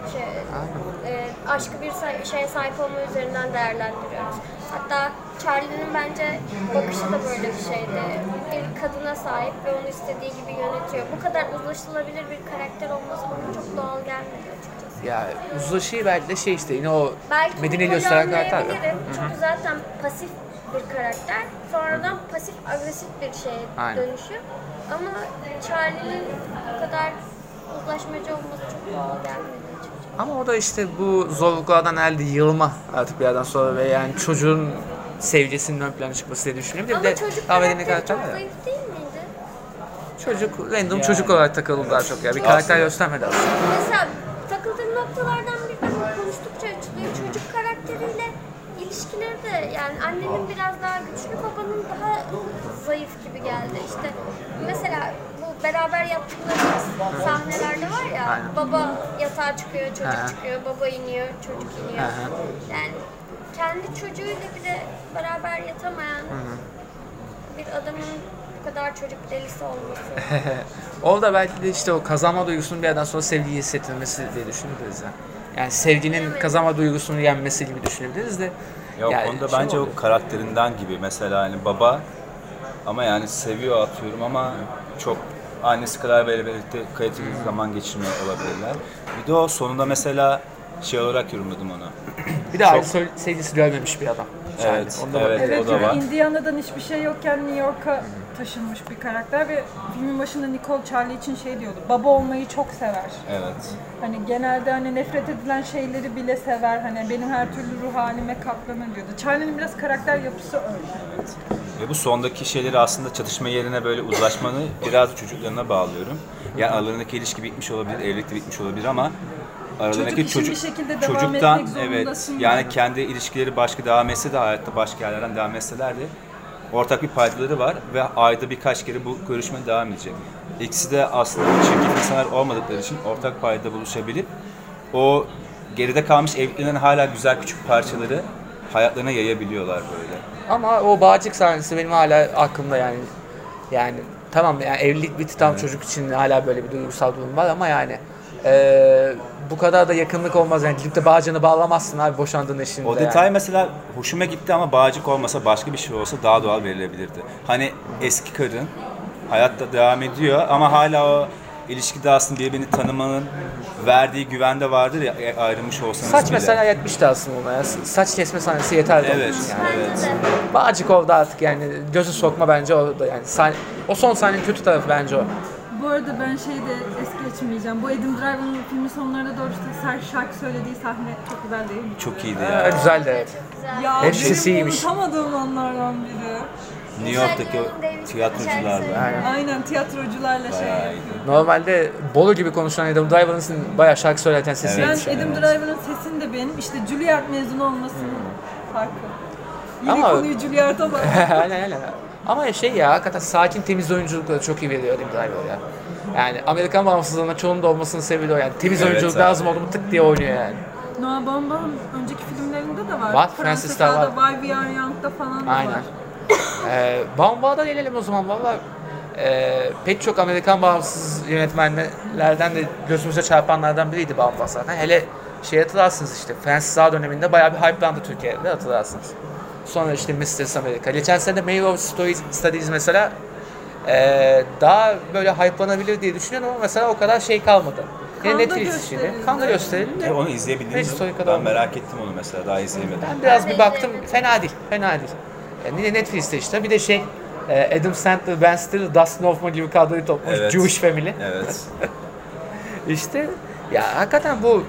Speaker 3: aşkı bir şeye sahip olma üzerinden değerlendiriyoruz. Hatta Charlie'nin bence bakışı da böyle bir şeydi. Bir kadına sahip ve onu istediği gibi yönetiyor. Bu kadar uzlaşılabilir bir karakter olması bana çok doğal gelmedi açıkçası.
Speaker 1: Ya uzlaşıyı belki de işte yine o
Speaker 3: Belki
Speaker 1: Medine'yi
Speaker 3: Nicole'u
Speaker 1: gösteren karakter ya.
Speaker 3: anlayabilirim. Çünkü zaten pasif bir karakter. Sonradan pasif agresif bir şeye
Speaker 1: Aynen.
Speaker 3: dönüşüyor. Ama Charlie'nin bu kadar uzlaşmacı olması çok doğal gelmedi açıkçası.
Speaker 1: Ama o da işte bu zorluklardan elde yığılma artık bir yerden sonra ve yani çocuğun sevgisinin ön plana çıkması diye düşünüyorum.
Speaker 3: Ama
Speaker 1: Bir de
Speaker 3: çocuk
Speaker 1: daha medeni
Speaker 3: karakteri
Speaker 1: karakter
Speaker 3: çok
Speaker 1: ya.
Speaker 3: zayıf değil miydi?
Speaker 1: Çocuk, random
Speaker 2: Yani.
Speaker 1: çocuk olarak takıldı daha çok ya. Bir karakter göstermedi aslında.
Speaker 3: Mesela takıldığım noktalardan biri de bu konuştukça açılıyor. Çocuk karakteriyle ilişkileri de yani annenin biraz daha güçlü, babanın daha zayıf gibi geldi. İşte mesela bu beraber yaptıkları sahnelerde var ya,
Speaker 1: Aynen.
Speaker 3: baba yatağa çıkıyor, çocuk
Speaker 1: Aha.
Speaker 3: çıkıyor, baba iniyor, çocuk iniyor.
Speaker 1: Aha.
Speaker 3: Yani kendi çocuğuyla bile beraber yatamayan bir adamın bu kadar çocuk delisi olması.
Speaker 1: Orada belki de işte o kazanma duygusunun bir yerden sonra sevgiyi hissettirmesi diye düşünebiliriz ya. Yani sevginin kazanma duygusunu yenmesi gibi düşünebiliriz de
Speaker 2: Ya o
Speaker 1: Yani
Speaker 2: konuda
Speaker 1: şey
Speaker 2: bence
Speaker 1: oluyor.
Speaker 2: o karakterinden gibi mesela hani baba ama yani seviyor atıyorum ama çok annesi kadar böyle birlikte kaliteli zaman geçirmiyor olabilirler. Bir de o sonunda mesela şey olarak yorumladım onu.
Speaker 1: Bir de aile sevgisi görmemiş bir adam.
Speaker 2: Evet,
Speaker 1: Onda
Speaker 2: evet.
Speaker 4: Evet,
Speaker 2: o da var.
Speaker 4: Indiana'dan hiçbir şey yokken New York'a taşınmış bir karakter ve filmin başında Nicole Charlie için şey diyordu. Baba olmayı çok sever.
Speaker 2: Evet.
Speaker 4: Hani genelde hani nefret edilen şeyleri bile sever. Hani benim her türlü ruh halime katlanır diyordu. Charlie'nin biraz karakter yapısı öyle.
Speaker 2: Ve bu sondaki şeyleri aslında çatışma yerine böyle uzlaşmanı biraz çocuklarına bağlıyorum. Yani aralarındaki ilişki bitmiş olabilir, evlilik de bitmiş olabilir ama aralarındaki
Speaker 4: Çocuk için bir şekilde devam
Speaker 2: çocuktan
Speaker 4: etmek
Speaker 2: evet
Speaker 4: zorundasın
Speaker 2: yani
Speaker 4: yani.
Speaker 2: kendi ilişkileri başka devam etse de hayatta başka yerlerden devam etseler de ortak bir paydaları var ve ayda birkaç kere bu görüşme devam edecek. İkisi de aslında çirkin insanlar olmadıkları için ortak paydada buluşabilip o geride kalmış evliliklerin hala güzel küçük parçaları hayatlarına yayabiliyorlar böyle.
Speaker 1: Ama o bağcık sahnesi benim hala aklımda yani. Yani tamam yani evlilik bitti tam çocuk için hala böyle bir duygusal durum var ama yani bu kadar da yakınlık olmaz yani gidip de bağcığını bağlamazsın abi boşandığın eşinde.
Speaker 2: O detay mesela hoşuma gitti ama bağcık olmasa başka bir şey olsa daha doğal verilebilirdi. Hani eski karın hayatta devam ediyor ama hala o ilişkide aslında birbirini tanımanın verdiği güvende vardır ya ayrılmış olsanız
Speaker 1: Saç
Speaker 2: bile.
Speaker 1: mesela yetmişti aslında ona ya. Saç kesme sahnesi yeterli
Speaker 2: Evet,
Speaker 1: olmuş yani.
Speaker 2: evet.
Speaker 1: Bağcık orada artık yani gözü sokma bence orada yani. O son sahnenin kötü tarafı bence o.
Speaker 4: Bu arada ben de es geçmeyeceğim. Bu Adam Driver'ın filmin sonlarına doğru şarkı söylediği sahne çok güzel değil mi?
Speaker 2: Çok iyiydi ya.
Speaker 1: Güzeldi evet.
Speaker 4: Ya
Speaker 1: Hepsi
Speaker 4: benim
Speaker 1: sesiymiş.
Speaker 4: unutamadığım onlardan biri.
Speaker 2: New York'taki o tiyatrocularla.
Speaker 4: Aynen tiyatrocularla şey
Speaker 2: Bayağı
Speaker 4: yapıyor.
Speaker 2: iyiydi.
Speaker 1: Normalde Bolu gibi konuşan Adam Driver'ın bayağı şarkı söylerken
Speaker 4: Ben
Speaker 1: sesiymiş.
Speaker 4: Adam Driver'ın sesini de benim işte Juilliard mezunu olmasının farkı. Yine
Speaker 1: Ama-
Speaker 4: konuyu Juilliard'a bak.
Speaker 1: Aynen. Ama şey ya hakikaten sakin temiz oyunculukları çok iyi veriyor Adam Driver ya. Yani Amerikan bağımsızlığına çoğunun da olmasının sebebi o yani. Temiz
Speaker 2: Evet
Speaker 1: oyunculuk
Speaker 2: abi.
Speaker 1: lazım oldu mu tık diye oynuyor yani.
Speaker 4: Noah Baumbach'ın önceki filmlerinde de var.
Speaker 1: Var, Frances'ta var.
Speaker 4: Why We Are Young'da falan da
Speaker 1: Aynen.
Speaker 4: var.
Speaker 1: Baumbach'a gelelim o zaman valla. Pek çok Amerikan bağımsız yönetmenlerden de gözümüze çarpanlardan biriydi Baumbach zaten. Hele şey hatırlarsınız işte Francis A döneminde bayağı bir hype'landı Türkiye'de hatırlarsınız. Sonra işte Mr. America. Geçen sene de Mayor of Studies mesela daha böyle hype'lanabilir diye düşünüyorum ama mesela o kadar şey kalmadı. Yine
Speaker 4: Cannes'da
Speaker 1: Netflix işini.
Speaker 4: gösterildi.
Speaker 1: Cannes'da gösterildi.
Speaker 2: Onu izleyebildiniz mi?
Speaker 1: Historika'da
Speaker 2: Ben
Speaker 1: olmadı.
Speaker 2: merak ettim onu mesela daha izleyemedim.
Speaker 1: Ben biraz bir baktım fena değil. Yani yine Netflix'te işte bir de şey Adam Sandler, Ben Stiller, Dustin Hoffman gibi kadroyu toplamış.
Speaker 2: Evet.
Speaker 1: Jewish Family.
Speaker 2: Evet.
Speaker 1: İşte ya hakikaten bu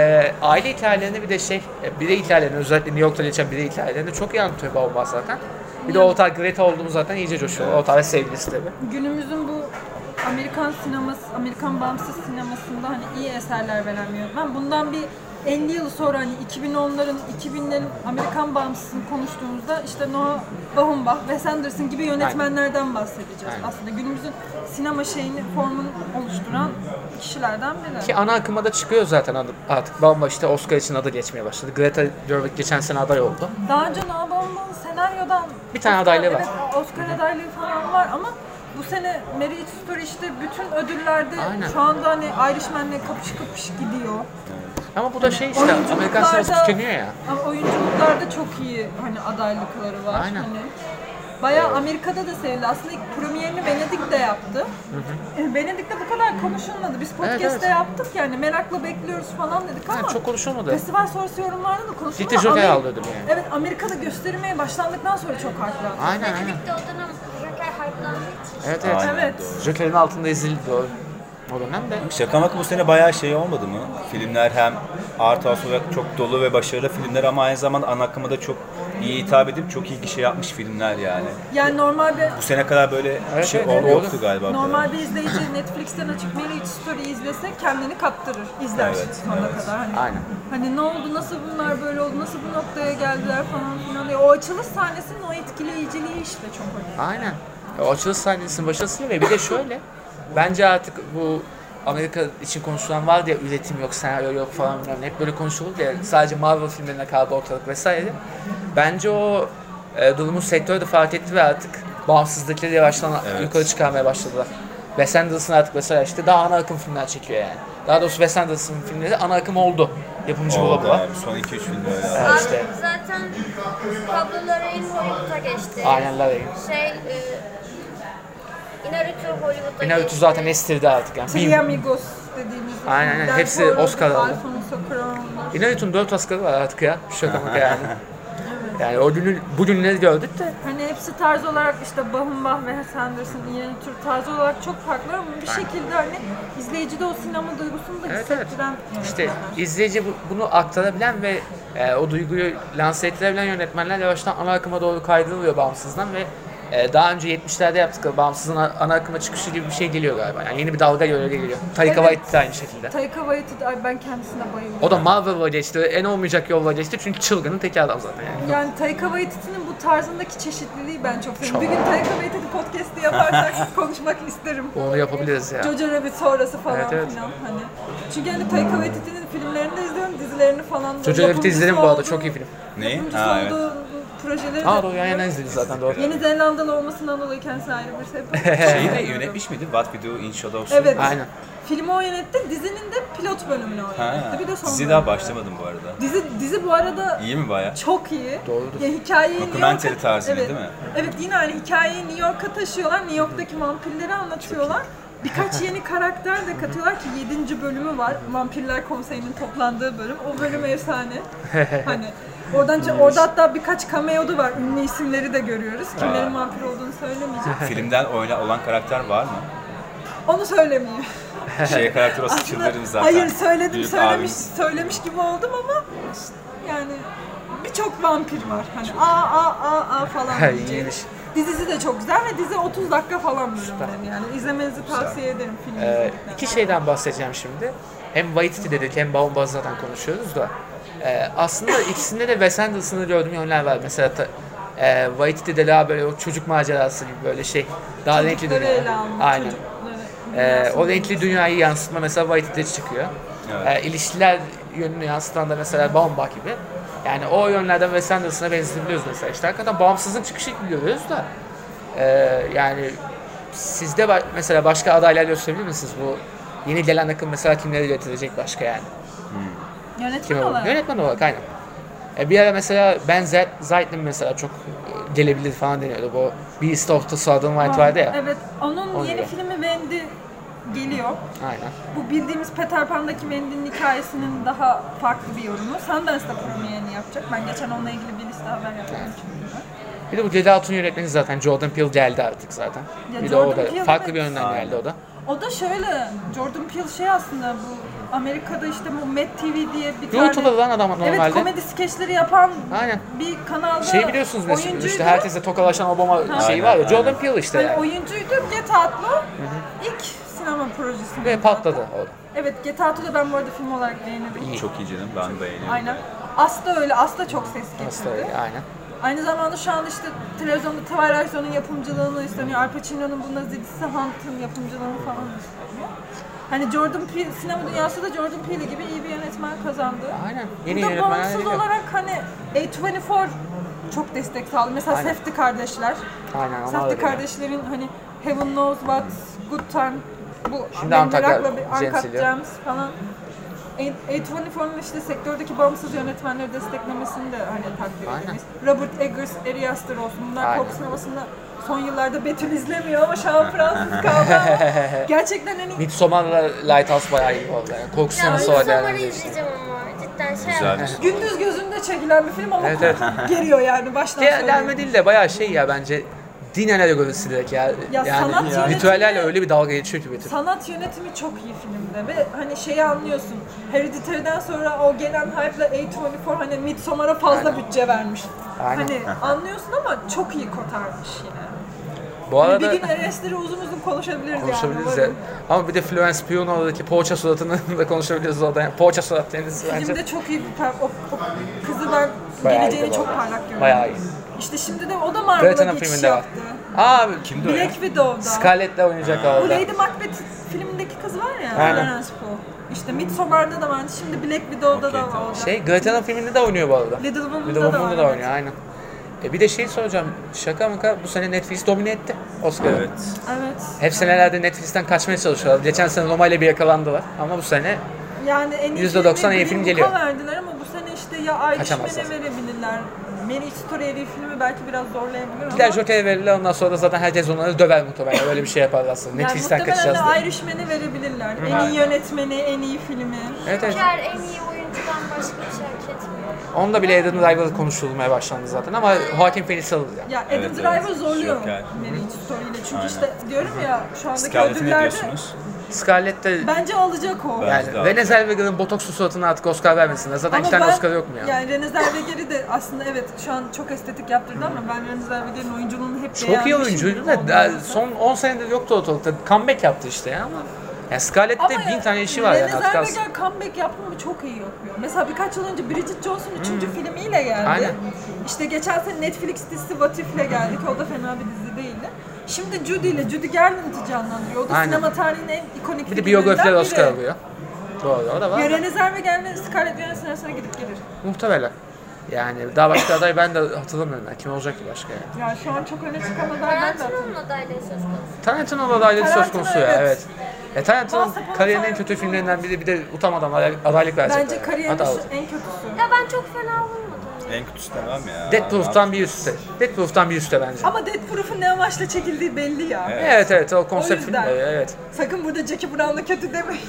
Speaker 1: aile hikayelerini bir de birey hikayelerini özellikle New York'ta geçen birey hikayelerini çok iyi anlatıyor Baumbach zaten. Bir de ortak Greta olduğumuz zaten iyice coşuyor. Ortak ve sevgilisi tabii.
Speaker 4: Günümüzün bu Amerikan sineması, Amerikan bağımsız sinemasında hani iyi eserler veren bir yönetmen. Bundan bir 50 yıl sonra hani 2010'ların, 2000'lerin Amerikan bağımsızını konuştuğumuzda işte Noah Baumbach, Wes Anderson gibi yönetmenlerden bahsedeceğiz.
Speaker 1: Aynen.
Speaker 4: Aslında günümüzün sinema formunu oluşturan kişilerden biri.
Speaker 1: Ki ana akıma da çıkıyor zaten artık. Baumbach işte Oscar için adı geçmeye başladı. Greta Gerwig geçen sene aday oldu.
Speaker 4: Daha önce Noah Baumbach'ın senaryodan
Speaker 1: Bir tane adaylığı var.
Speaker 4: Evet, Oscar adaylığı falan var ama bu sene Marriage Story işte bütün ödüllerde
Speaker 1: Aynen.
Speaker 4: şu anda hani Irishman'le kapış kapış gidiyor.
Speaker 1: Ama bu da şey işte Amerikan sineması tükeniyor ya.
Speaker 4: Ama oyunculuklarda çok iyi hani adaylıkları var.
Speaker 1: Aynen.
Speaker 4: Hani bayağı Amerika'da da sevildi. Aslında ilk premierini Venedik'te yaptı. Venedik'te bu kadar konuşulmadı. Biz podcast'te
Speaker 1: evet.
Speaker 4: yaptık yani merakla bekliyoruz falan dedik ama
Speaker 1: Yani çok konuşulmadı.
Speaker 4: festival sonrası yorumlarda da konuşulmadı.
Speaker 1: Gitti Joker aldı ödülü yani.
Speaker 4: Evet, Amerika'da gösterilmeye başlandıktan sonra çok hype'landı.
Speaker 1: Aynen.
Speaker 3: Venedik'te o dönem Joker hype'landığı için.
Speaker 1: Evet.
Speaker 2: Aynen,
Speaker 4: Evet.
Speaker 2: doğru.
Speaker 1: Joker'in altında ezildi o dönem de.
Speaker 2: Şaka maka bu sene bayağı şey olmadı mı? Filmler hem art house olarak çok dolu ve başarılı filmler ama aynı zamanda ana akıma da çok iyi hitap edip çok iyi gişe yapmış filmler yani.
Speaker 4: Yani normal bir
Speaker 2: Bu sene kadar böyle bir
Speaker 1: Evet,
Speaker 2: şey
Speaker 1: evet,
Speaker 2: yoktu
Speaker 1: doğru.
Speaker 2: galiba.
Speaker 4: normal bir izleyici Netflix'ten açıp Marriage Story izlese kendini kaptırır, izler
Speaker 2: Evet,
Speaker 4: sonuna
Speaker 2: evet.
Speaker 4: kadar. Hani,
Speaker 1: Aynen.
Speaker 4: hani ne oldu, nasıl bunlar böyle oldu, nasıl bu noktaya geldiler falan filan diye. O açılış sahnesinin o etkileyiciliği işte çok önemli.
Speaker 1: Aynen. O açılış sahnesinin başarısıyla ve bir de şöyle. Bence artık bu Amerika için konuşulan var ya üretim yok, senaryo yok falan filan. Hep böyle konuşulur ya sadece Marvel filmlerine kaldı ortalık vesaire. Bence o durumu sektörde fark etti ve artık bağımsızlıkları yavaştan yukarı çıkarmaya başladılar. Wes Anderson artık mesela işte daha ana akım filmler çekiyor yani. Daha doğrusu Wes Anderson filmleri ana akım oldu. Yapımcı
Speaker 2: O
Speaker 1: bula
Speaker 2: da
Speaker 1: bula.
Speaker 2: son 2-3 film böyle.
Speaker 1: Evet,
Speaker 3: Abi
Speaker 1: işte.
Speaker 3: zaten Pablo Larraín Hollywood'a geçti.
Speaker 1: Aynen Larraín.
Speaker 3: Inarritu Hollywood'a geçti.
Speaker 1: Inarritu zaten estirdi artık yani.
Speaker 4: Three Amigos dediğimiz.
Speaker 1: Aynen,
Speaker 4: Del
Speaker 1: hepsi
Speaker 4: Toro'dur,
Speaker 1: Oscar aldı.
Speaker 4: Alfonso Cuarón'dur.
Speaker 1: Inarritu'nun 4 Oscar'ı var artık ya. Şaka maka yani. Yani o günü, bugünleri gördük de.
Speaker 4: Hani hepsi tarz olarak işte Baumbach ve Wes Anderson, Ian Tür tarz olarak çok farklı ama bir şekilde hani izleyicide o sinema duygusunu da
Speaker 1: Evet, evet.
Speaker 4: hissettiren
Speaker 1: İşte
Speaker 4: yönetmenler.
Speaker 1: izleyici bunu aktarabilen ve o duyguyu lanse ettirebilen yönetmenler yavaştan ana akıma doğru kaydırılıyor bağımsızdan ve daha önce 70'lerde yaptıkları bağımsızın ana akıma çıkışı gibi bir şey geliyor galiba. Yani yeni bir dalga geliyor. Taika
Speaker 4: Evet.
Speaker 1: Waititi de aynı şekilde.
Speaker 4: Taika Waititi, ay ben kendisine bayılıyorum.
Speaker 1: O da Marvel'la geçti. En olmayacak yolla geçti çünkü çılgının teki adam zaten yani.
Speaker 4: Yani Taika Waititi'nin bu tarzındaki çeşitliliği ben çok seviyorum. Bir gün Taika Waititi podcast'i yaparsak konuşmak isterim.
Speaker 1: Onu yapabiliriz ya.
Speaker 4: Jojo Rabbit sonrası falan
Speaker 1: Evet, evet.
Speaker 4: filan hani. Çünkü hani Taika Waititi'nin filmlerini de izliyorum, dizilerini falan da.
Speaker 1: Jojo Rabbit'i izledim bu arada, çok iyi film.
Speaker 2: Ne?
Speaker 4: Yapımcısı
Speaker 2: Ha, evet.
Speaker 4: olduğu projeleri
Speaker 1: Aa
Speaker 4: de.
Speaker 1: doğru, yan yana izledik zaten, doğru.
Speaker 4: Yeni Zelandalı olmasından dolayı kendisi ayrı bir sebep.
Speaker 2: Şeyi de yönetmiş miydi? What We Do in Shadows.
Speaker 4: Evet.
Speaker 1: Aynen.
Speaker 4: Filmi o yönetti, dizinin de pilot bölümünü o
Speaker 2: Ha,
Speaker 4: yönetti. Bir de son
Speaker 2: dizi
Speaker 4: bölümü.
Speaker 2: daha başlamadım bu arada.
Speaker 4: Dizi bu arada
Speaker 2: İyi mi baya?
Speaker 4: çok iyi.
Speaker 1: Doğrudur.
Speaker 4: Ya hikayeyi
Speaker 2: Documentary tarzı
Speaker 4: evet,
Speaker 2: değil mi?
Speaker 4: Evet, yine hani hikayeyi New York'a taşıyorlar. New York'taki vampirleri anlatıyorlar. Birkaç yeni karakter de katıyorlar ki 7. bölümü var. Vampirler Konseyi'nin toplandığı bölüm. O bölüm efsane. Hani orada hatta birkaç cameo da var. Ünlü isimleri de görüyoruz. Kimlerin vampir olduğunu söylemeyeceğim.
Speaker 2: Filmden olan karakter var mı?
Speaker 4: Onu söylemeyeyim.
Speaker 2: Karakter olsa çıldırırım zaten.
Speaker 4: Hayır söyledim,
Speaker 2: Büyük
Speaker 4: söylemiş gibi oldum ama yani birçok vampir var. Hani aa falan diyeceğim.
Speaker 1: İyiymiş.
Speaker 4: Dizisi de çok güzel ve dizi 30 dakika falan bölümleri yani. İzlemenizi tavsiye ederim filmi.
Speaker 1: İki şeyden bahsedeceğim şimdi. Hem Waititi dedik hem Baumbach zaten konuşuyoruz da. Aslında ikisinde de Wes Anderson'ı gördüğüm yönler var. Mesela Waititi'de daha böyle o çocuk macerası gibi böyle şey. Daha renkli
Speaker 4: Çocukları
Speaker 1: dünya.
Speaker 4: ele almak,
Speaker 1: Aynen.
Speaker 4: çocukları.
Speaker 1: O renkli dünyayı yansıtma mesela Waititi'de çıkıyor.
Speaker 2: Evet.
Speaker 1: İlişkiler yönünü yansıtan da mesela Baumbach gibi. Yani o yönlerden Wes Anderson'a benzetebiliyoruz mesela. İşte hakikaten bağımsızlık çıkışı görüyoruz da. Yani sizde mesela başka adaylar gösterebilir misiniz? Bu yeni gelen akım mesela kimleri getirecek başka yani?
Speaker 4: Yönetmen
Speaker 1: Kim
Speaker 4: olarak.
Speaker 1: Yönetmen olarak aynen. Bir ara mesela Ben Zeitlin mesela çok gelebilir falan deniyordu. Bu Beast of the Southern Wild vardı ya.
Speaker 4: Evet, onun
Speaker 1: Onu
Speaker 4: yeni
Speaker 1: gibi.
Speaker 4: filmi Wendy geliyor.
Speaker 1: Aynen.
Speaker 4: Bu bildiğimiz Peter Pan'daki Wendy'nin hikayesinin daha farklı bir yorumu. Sundance'da premierini yapacak. Ben geçen onunla ilgili bir liste haber yaptım.
Speaker 1: Bir de bu Get Out'un yönetmeni zaten Jordan Peele geldi artık zaten.
Speaker 4: Ya
Speaker 1: Bir de o
Speaker 4: Jordan
Speaker 1: da
Speaker 4: Peele
Speaker 1: farklı
Speaker 4: evet.
Speaker 1: bir yönden geldi o da.
Speaker 4: O da şöyle, Jordan Peele aslında bu Amerika'da işte bu Mad TV diye bir
Speaker 1: YouTube'da lan adam normalde.
Speaker 4: Evet, komedi skeçleri yapan
Speaker 1: Aynen.
Speaker 4: bir kanalda
Speaker 1: Şey biliyorsunuz mesela
Speaker 4: oyuncuydu.
Speaker 1: işte herkese tokalaşan Obama şeyi var ya. Jordan Peele işte
Speaker 4: Hani
Speaker 1: yani.
Speaker 4: oyuncuydu. Get Out'lu ilk sinema projesi.
Speaker 1: Ve patladı o da.
Speaker 4: Evet, Get Out'u da ben bu arada film olarak beğendim.
Speaker 2: Çok iyi canım, ben beğeniyorum.
Speaker 4: Aynen. Aslı öyle, Aslı çok ses getirdi.
Speaker 1: Aslında öyle, aynen.
Speaker 4: Aynı zamanda şu anda işte televizyonda Twilight Zone'un yapımcılığını üstleniyor. Al Pacino'nun bu Nazidisi Hunt'ın yapımcılığını falan üstleniyor. Hani Jordan Peele, sinema dünyası da Jordan Peele gibi iyi bir yönetmen kazandı.
Speaker 1: Aynen. Yeni
Speaker 4: Burada
Speaker 1: yönetmenler
Speaker 4: bağımsız
Speaker 1: geliyor.
Speaker 4: olarak hani A24 çok destek sağladı. Mesela
Speaker 1: Aynen.
Speaker 4: Safdie kardeşler.
Speaker 1: Aynen, onlar da
Speaker 4: Safdie
Speaker 1: geliyor.
Speaker 4: kardeşlerin hani Heaven Knows What, Good Time, bu
Speaker 1: Şimdi
Speaker 4: benim
Speaker 1: Antakya
Speaker 4: merakla bir
Speaker 1: James
Speaker 4: Uncut
Speaker 1: geliyor.
Speaker 4: Gems falan. A24'un işte sektördeki bağımsız yönetmenleri desteklemesini de hani takdir
Speaker 1: Aynen.
Speaker 4: edemeyiz. Robert Eggers, Ari Aster olsun. Bunlar
Speaker 1: Aynen.
Speaker 4: korku sinemasında son yıllarda Betül izlemiyor ama şu an Fransız kaldı ama gerçekten hani
Speaker 1: Midsommar'la Lighthouse bayağı iyi oldu yani. Korku
Speaker 3: Ya
Speaker 1: sineması var
Speaker 3: Midsommar'ı
Speaker 1: yani.
Speaker 3: izleyeceğim ama cidden
Speaker 2: Güzelmiş.
Speaker 4: gündüz gözünde çekilen bir film ama
Speaker 1: Evet, evet.
Speaker 4: geliyor yani baştan söyleyeyim.
Speaker 1: Gelme değil de bayağı şey ya bence din alegorisi direkt ya.
Speaker 4: Ya
Speaker 1: Yani
Speaker 4: sanat yönetimi-
Speaker 1: ritüellerle öyle bir dalga geçiyor ki Betül.
Speaker 4: Sanat yönetimi çok iyi filmde ve hani şeyi anlıyorsun. Hereditary'den sonra o gelen hype'la A24 hani Midsommar'a fazla bütçe vermiş.
Speaker 1: Aynen.
Speaker 4: Hani anlıyorsun ama çok iyi kotarmış yine.
Speaker 1: Bu
Speaker 4: Hani
Speaker 1: arada
Speaker 4: bir gün Eres'leri uzun uzun konuşabiliriz
Speaker 1: konuşabiliriz
Speaker 4: yani.
Speaker 1: ya. Ama bir de Florence Pugh'un oradaki poğaça suratını da konuşabiliriz orada. Yani poğaça surat kendisi bence.
Speaker 4: Filmde çok iyi bir o kızı ben
Speaker 1: Bayağı
Speaker 4: geleceğini
Speaker 1: iyi
Speaker 4: çok
Speaker 1: vallahi.
Speaker 4: parlak görüyorum.
Speaker 1: Bayağı iyi.
Speaker 4: İşte şimdi de o da Marvel'a
Speaker 1: Greta'nın
Speaker 4: geçiş
Speaker 1: filminde var.
Speaker 4: yaptı.
Speaker 1: Abi
Speaker 2: Kimdi o ya?
Speaker 4: Black Widow'da.
Speaker 1: Scarlett'le oynayacak
Speaker 4: O
Speaker 1: orada.
Speaker 4: Lady Macbeth filmindeki kız var ya,
Speaker 1: Aynen.
Speaker 4: Florence Pugh. İşte Midsommar'da da var, şimdi Black Widow'da da
Speaker 2: tamam.
Speaker 4: var.
Speaker 1: Şey Greta'nın filminde de oynuyor bu arada.
Speaker 4: Little Woman'da
Speaker 1: Little
Speaker 4: da
Speaker 1: Woman'da
Speaker 4: var,
Speaker 1: da
Speaker 4: evet.
Speaker 1: oynuyor aynen. Bir de şey soracağım. Şaka maka bu sene Netflix domine etti Oscar'ı.
Speaker 2: Evet.
Speaker 4: Evet.
Speaker 1: Hep senelerde Netflix'ten kaçmaya çalışıyorlar. Geçen sene Roma ile bir yakalandılar. Ama bu sene
Speaker 4: Yani en iyi
Speaker 1: %90 iyi film geliyor.
Speaker 4: verdiler ama bu sene işte ya
Speaker 1: Kaçamazlar.
Speaker 4: Irishman'e verebilirler. Marriage Story en iyi filmi belki biraz zorlayabilir ama.
Speaker 1: Gider Joker'e verirler, ondan sonra da zaten herkes onları döver muhtemelen. Böyle bir şey yaparlar aslında.
Speaker 4: Yani
Speaker 1: Netflix'ten kaçacağız
Speaker 4: muhtemelen
Speaker 1: diye.
Speaker 4: de Irishman'e verebilirler. En iyi yönetmeni, en iyi filmi.
Speaker 1: Evet, evet.
Speaker 3: Joker en iyi oyuncudan başka bir şey hak etmiyor.
Speaker 1: Onda bile Adam Driver konuşulmaya başlandı zaten ama Joaquin Phoenix alır yani.
Speaker 4: Ya Adam
Speaker 2: Evet,
Speaker 4: Driver
Speaker 2: evet.
Speaker 4: zorluyor
Speaker 2: Joker.
Speaker 4: Marriage Story ile. Çünkü
Speaker 2: Aynen.
Speaker 4: işte diyorum ya şu andaki
Speaker 2: Scarlett'e ne
Speaker 4: ödüllerde
Speaker 2: diyorsunuz?
Speaker 1: Scarlett de
Speaker 4: bence alacak o.
Speaker 2: Ben-
Speaker 1: yani
Speaker 2: Bence de
Speaker 1: Renée Zellweger'ın botokslu suratına artık Oscar vermesinler. Zaten
Speaker 4: Ama
Speaker 1: iki tane
Speaker 4: ben-
Speaker 1: Oscar yok mu ya?
Speaker 4: Yani Renée Zellweger'i de aslında evet şu an çok estetik yaptırdı ama ben Renée Zellweger'in oyunculuğunu hep
Speaker 1: Çok iyi
Speaker 4: beğenmişim.
Speaker 1: oyuncuydu da son 10 senedir yoktu ortalıkta. Comeback yaptı işte ya ama. Yani Scarlett'te
Speaker 4: Ama
Speaker 1: 1000 tane işi var yani artık az.
Speaker 4: Renée Zellweger comeback yaptı mı çok iyi yapıyor. Mesela birkaç yıl önce Bridget Jones'un 3. filmiyle geldi.
Speaker 1: Aynen.
Speaker 4: İşte geçen sene Netflix dizisi What If'le geldik. O da fena bir dizi değildi. Şimdi Judy Garland'ı canlandırıyor. O da
Speaker 1: Aynen.
Speaker 4: sinema tarihinin en ikonik
Speaker 1: Bir de
Speaker 4: filmlerinden
Speaker 1: biyografiler
Speaker 4: biri.
Speaker 1: Oscar alıyor. Doğru, o da var.
Speaker 4: Ya Renée Zellweger'le Scarlett Johansson arasına gidip gelir.
Speaker 1: Muhtemelen. Yani daha başka aday ben de hatırlamıyorum yani. Kim olacak ki başka yani.
Speaker 4: Ya şu an çok öne çıkan aday ben de
Speaker 3: Tarantino'nun adaylığı söz konusu.
Speaker 1: Tarantino'nun adaylığı söz
Speaker 4: Tarantino,
Speaker 1: konusu ya,
Speaker 4: evet.
Speaker 1: evet. Tarantino'nun
Speaker 4: Once Upon a
Speaker 1: kariyerinin en
Speaker 4: Time-
Speaker 1: kötü filmlerinden biri, bir de utanmadan adaylık verecekler.
Speaker 4: Bence
Speaker 1: yani.
Speaker 4: kariyerinin
Speaker 1: Hatta alır.
Speaker 4: en kötüsü.
Speaker 3: Ya ben çok fena bulmadım ya.
Speaker 2: En kötüsü demem ya.
Speaker 1: Death Proof'tan bir üstte. Death Proof'tan bir üstte bence.
Speaker 4: Ama Death Proof'un ne amaçla çekildiği belli ya.
Speaker 1: Evet o konsept
Speaker 4: O
Speaker 1: film
Speaker 4: yüzden.
Speaker 1: evet.
Speaker 4: Sakın burada Jackie Brown'la kötü demeyin.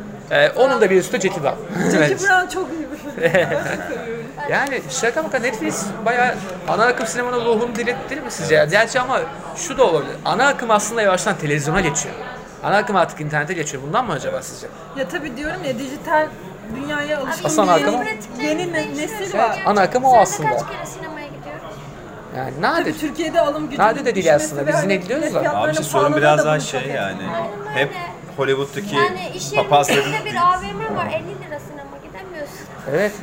Speaker 1: Onun da bir üstte Jackie Brown.
Speaker 4: Jackie
Speaker 1: Evet.
Speaker 4: Brown çok iyi bir film. Ben çok seviyorum.
Speaker 1: Yani şaka maka Netflix bayağı ana akım sinemanın ruhunu dirilttir mi sizce? Yani gerçi ama şu da olabilir. Ana akım aslında yavaştan televizyona geçiyor. Ana akım artık internete geçiyor. Bundan mı acaba sizce?
Speaker 4: Ya tabii diyorum ya dijital dünyaya alışan
Speaker 1: Aslan Hakan'ın-
Speaker 4: yeni nesil var.
Speaker 1: Ana akım o
Speaker 3: Senede
Speaker 1: aslında.
Speaker 3: kaç kere sinemaya gidiyoruz?
Speaker 1: Yani
Speaker 4: Tabii
Speaker 1: nadir.
Speaker 4: Türkiye'de alım gücünün
Speaker 1: Nadir de değil
Speaker 4: düşmesi
Speaker 1: aslında.
Speaker 4: ve
Speaker 1: Biz
Speaker 4: hani
Speaker 1: ne gidiyoruz
Speaker 4: bilet
Speaker 1: da.
Speaker 4: fiyatlarının
Speaker 2: Abi işte sorun
Speaker 4: pahalılığı
Speaker 2: biraz
Speaker 4: da
Speaker 2: daha
Speaker 4: bunu çok
Speaker 2: şey
Speaker 4: etkiliyor.
Speaker 2: yani.
Speaker 3: Aynen
Speaker 2: Hep
Speaker 3: öyle.
Speaker 2: Hollywood'daki
Speaker 3: Yani iş yerinin
Speaker 2: papazların
Speaker 3: içinde bir AVM var 50 lira sinema gidemiyorsun.
Speaker 1: Evet.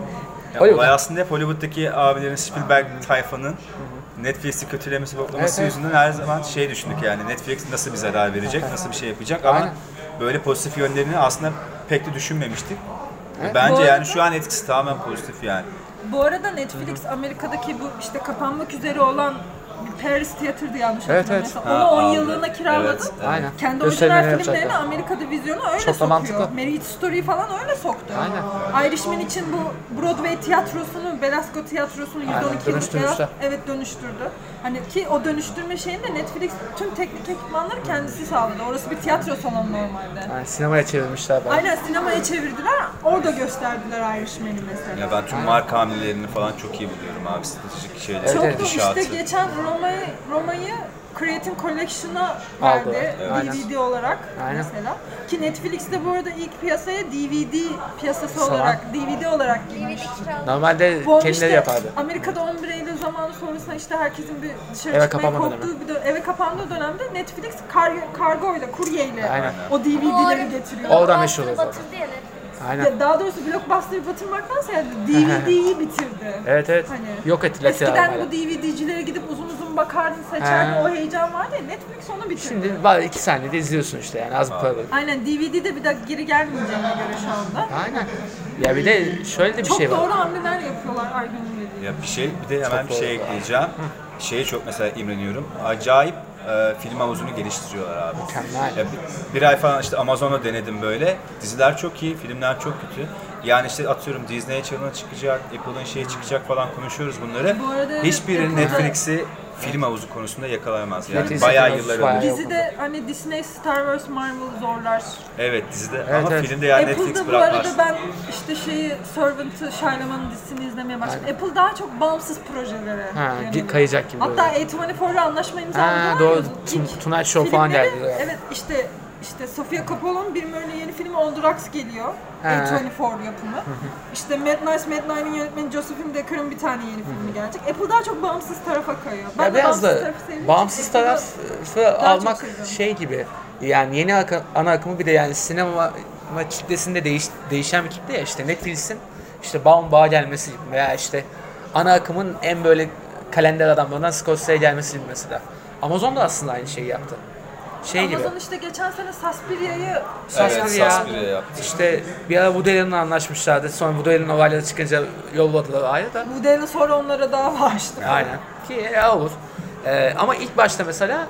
Speaker 2: ya
Speaker 1: Hollywood.
Speaker 2: olay aslında hep Hollywood'daki abilerin Spielberg tayfanın Netflix'i kötülemesi, boklaması
Speaker 1: Evet, evet.
Speaker 2: yüzünden her zaman şey düşündük yani Netflix nasıl bir zarar verecek, nasıl bir şey yapacak ama
Speaker 1: Aynen.
Speaker 2: böyle pozitif yönlerini aslında pek de düşünmemiştik.
Speaker 1: Evet.
Speaker 2: Bence
Speaker 4: Bu
Speaker 2: yani
Speaker 4: arada-
Speaker 2: şu an etkisi tamamen pozitif yani.
Speaker 4: Bu arada Netflix Amerika'daki bu işte kapanmak üzere olan bir Paris Theater'dı yanlış
Speaker 1: Evet,
Speaker 4: hatırlamıyorsam.
Speaker 1: evet.
Speaker 4: Onu 10
Speaker 2: aldı.
Speaker 4: yıllığına kiraladı.
Speaker 2: Evet, evet.
Speaker 1: Aynen.
Speaker 4: Kendi
Speaker 1: Göstermeleri
Speaker 4: orijinal filmlerini
Speaker 1: yapacaklar.
Speaker 4: Amerika'da vizyona öyle
Speaker 1: Çok da
Speaker 4: sokuyor.
Speaker 1: mantıklı.
Speaker 4: Marriage Story falan öyle soktu.
Speaker 1: Aynen.
Speaker 4: Irishman için bu Broadway tiyatrosunu, Belasco tiyatrosunu 112 yıllık
Speaker 1: dönüştürmüşler.
Speaker 4: evet dönüştürdü. Hani ki o dönüştürme şeyinde Netflix tüm teknik ekipmanları kendisi sağladı. Orası bir tiyatro salonu normalde.
Speaker 1: Yani sinemaya çevirmişler bence.
Speaker 4: Aynen sinemaya çevirdiler. Orada gösterdiler Irishman'i mesela.
Speaker 2: Ya ben tüm marka hamlelerini falan çok iyi buluyorum abi, stratejik şeyleri,
Speaker 4: Çok da
Speaker 2: gidişatı.
Speaker 4: işte geçen Roma'yı Creative Collection'a
Speaker 1: Aldı,
Speaker 4: verdi
Speaker 1: evet. Aynen.
Speaker 4: DVD olarak
Speaker 1: Aynen.
Speaker 4: mesela. Ki Netflix'te bu arada ilk piyasaya DVD piyasası
Speaker 1: Salan.
Speaker 4: olarak, DVD olarak girmiş.
Speaker 3: DVD kiraladım.
Speaker 1: Normalde
Speaker 4: Bu arada
Speaker 1: kendileri
Speaker 4: işte
Speaker 1: yapardı.
Speaker 4: Amerika'da 11 Eylül zamanı sonrasında işte herkesin bir dışarı
Speaker 1: Eve
Speaker 4: çıkmaya
Speaker 1: kapanma
Speaker 4: korktuğu eve kapandığı dönemde Netflix kargoyla, kuryeyle
Speaker 1: Aynen.
Speaker 4: o DVD'leri getiriyor.
Speaker 1: Oradan meşhur
Speaker 3: Blockbuster
Speaker 1: zaten.
Speaker 3: batırdı ya Netflix.
Speaker 1: Aynen.
Speaker 4: Ya daha doğrusu Blockbuster'ı batırmaktansa yani DVD'yi bitirdi.
Speaker 1: Evet.
Speaker 4: Hani
Speaker 1: Yok ettiler
Speaker 4: eskiden
Speaker 1: kiralamayla.
Speaker 4: bu DVD'cilere gidip uzun uzun bakardın, seçerdin,
Speaker 1: He.
Speaker 4: o heyecan vardı ya, Netflix onu bitirdi.
Speaker 1: Şimdi var 2 saniyede izliyorsun işte yani az bir para verip.
Speaker 4: Aynen DVD'de bir daha geri gelmeyeceğine göre şu anda.
Speaker 1: Aynen. Ya bir de şöyle de bir
Speaker 4: Çok
Speaker 1: şey var.
Speaker 4: doğru hamleler yapıyorlar Aygün'ün dediği.
Speaker 2: Ya bir de hemen bir
Speaker 1: doğru.
Speaker 2: şey ekleyeceğim. Şeye çok mesela imreniyorum. Acayip film havuzunu geliştiriyorlar abi.
Speaker 1: Mükemmel.
Speaker 2: Ya bir ay falan işte Amazon'da denedim böyle. Diziler çok iyi, filmler çok kötü. Yani işte atıyorum Disney Channel çıkacak, Apple'ın şeyi çıkacak falan konuşuyoruz bunları.
Speaker 4: Bu arada
Speaker 2: Hiçbiri
Speaker 4: Apple'da-
Speaker 2: Netflix'i film havuzu konusunda yakalayamaz. Yani
Speaker 1: Netflix'in
Speaker 2: bayağı
Speaker 1: film
Speaker 2: yıllar
Speaker 1: havuzu bayağı
Speaker 2: önce.
Speaker 1: yok.
Speaker 4: Dizide hani Disney, Star Wars, Marvel zorlar.
Speaker 2: Evet dizide
Speaker 1: Evet,
Speaker 2: ama
Speaker 1: evet.
Speaker 2: filmde yani
Speaker 4: Apple'da
Speaker 2: Netflix
Speaker 4: bu
Speaker 2: bırakmaz.
Speaker 4: arada ben işte Servant'ı, Shyamalan'ın dizisini izlemeye başladım. Apple daha çok bağımsız projelere
Speaker 1: Ha,
Speaker 4: yöneliyor.
Speaker 1: kayacak gibi.
Speaker 4: Hatta A24 ile anlaşma imzaladılar.
Speaker 1: Ha,
Speaker 4: ya.
Speaker 1: doğru.
Speaker 4: İlk
Speaker 1: Tonight Show falan
Speaker 4: filmleri-
Speaker 1: geldi.
Speaker 4: Evet işte Sofia Coppola'nın bir böyle yeni filmi Old Rocks geliyor.
Speaker 1: Ha.
Speaker 4: A24 yapımı. İşte Mad Nine'in yönetmeni Josephine Decker'ın bir tane yeni filmi gelecek. Apple daha çok bağımsız tarafa kayıyor. Ben
Speaker 1: Ya
Speaker 4: de
Speaker 1: biraz da
Speaker 4: tarafı sevdiğim
Speaker 1: bağımsız
Speaker 4: için Apple'da
Speaker 1: tarafı
Speaker 4: daha
Speaker 1: almak
Speaker 4: çok seviyorum.
Speaker 1: şey gibi. Yani yeni ana akımı bir de yani sinema kitlesinde değişen bir kitle ya işte Netflix'in işte Baumbach'a gelmesi gibi veya işte ana akımın en böyle kalender adamlarından Scorsese'ye gelmesi gibi mesela. Amazon da aslında aynı şeyi yaptı. Şey gibi.
Speaker 4: Amazon işte geçen sene Suspiria'yı
Speaker 1: Suspiria,
Speaker 2: Suspiria yaptı.
Speaker 1: işte bir ara Woody Allen'la anlaşmışlardı. Sonra Woody Allen olayları çıkınca yolladılar ayrı da.
Speaker 4: bu sonra onlara dava açtı.
Speaker 1: Aynen. Ki olur. Ama ilk başta mesela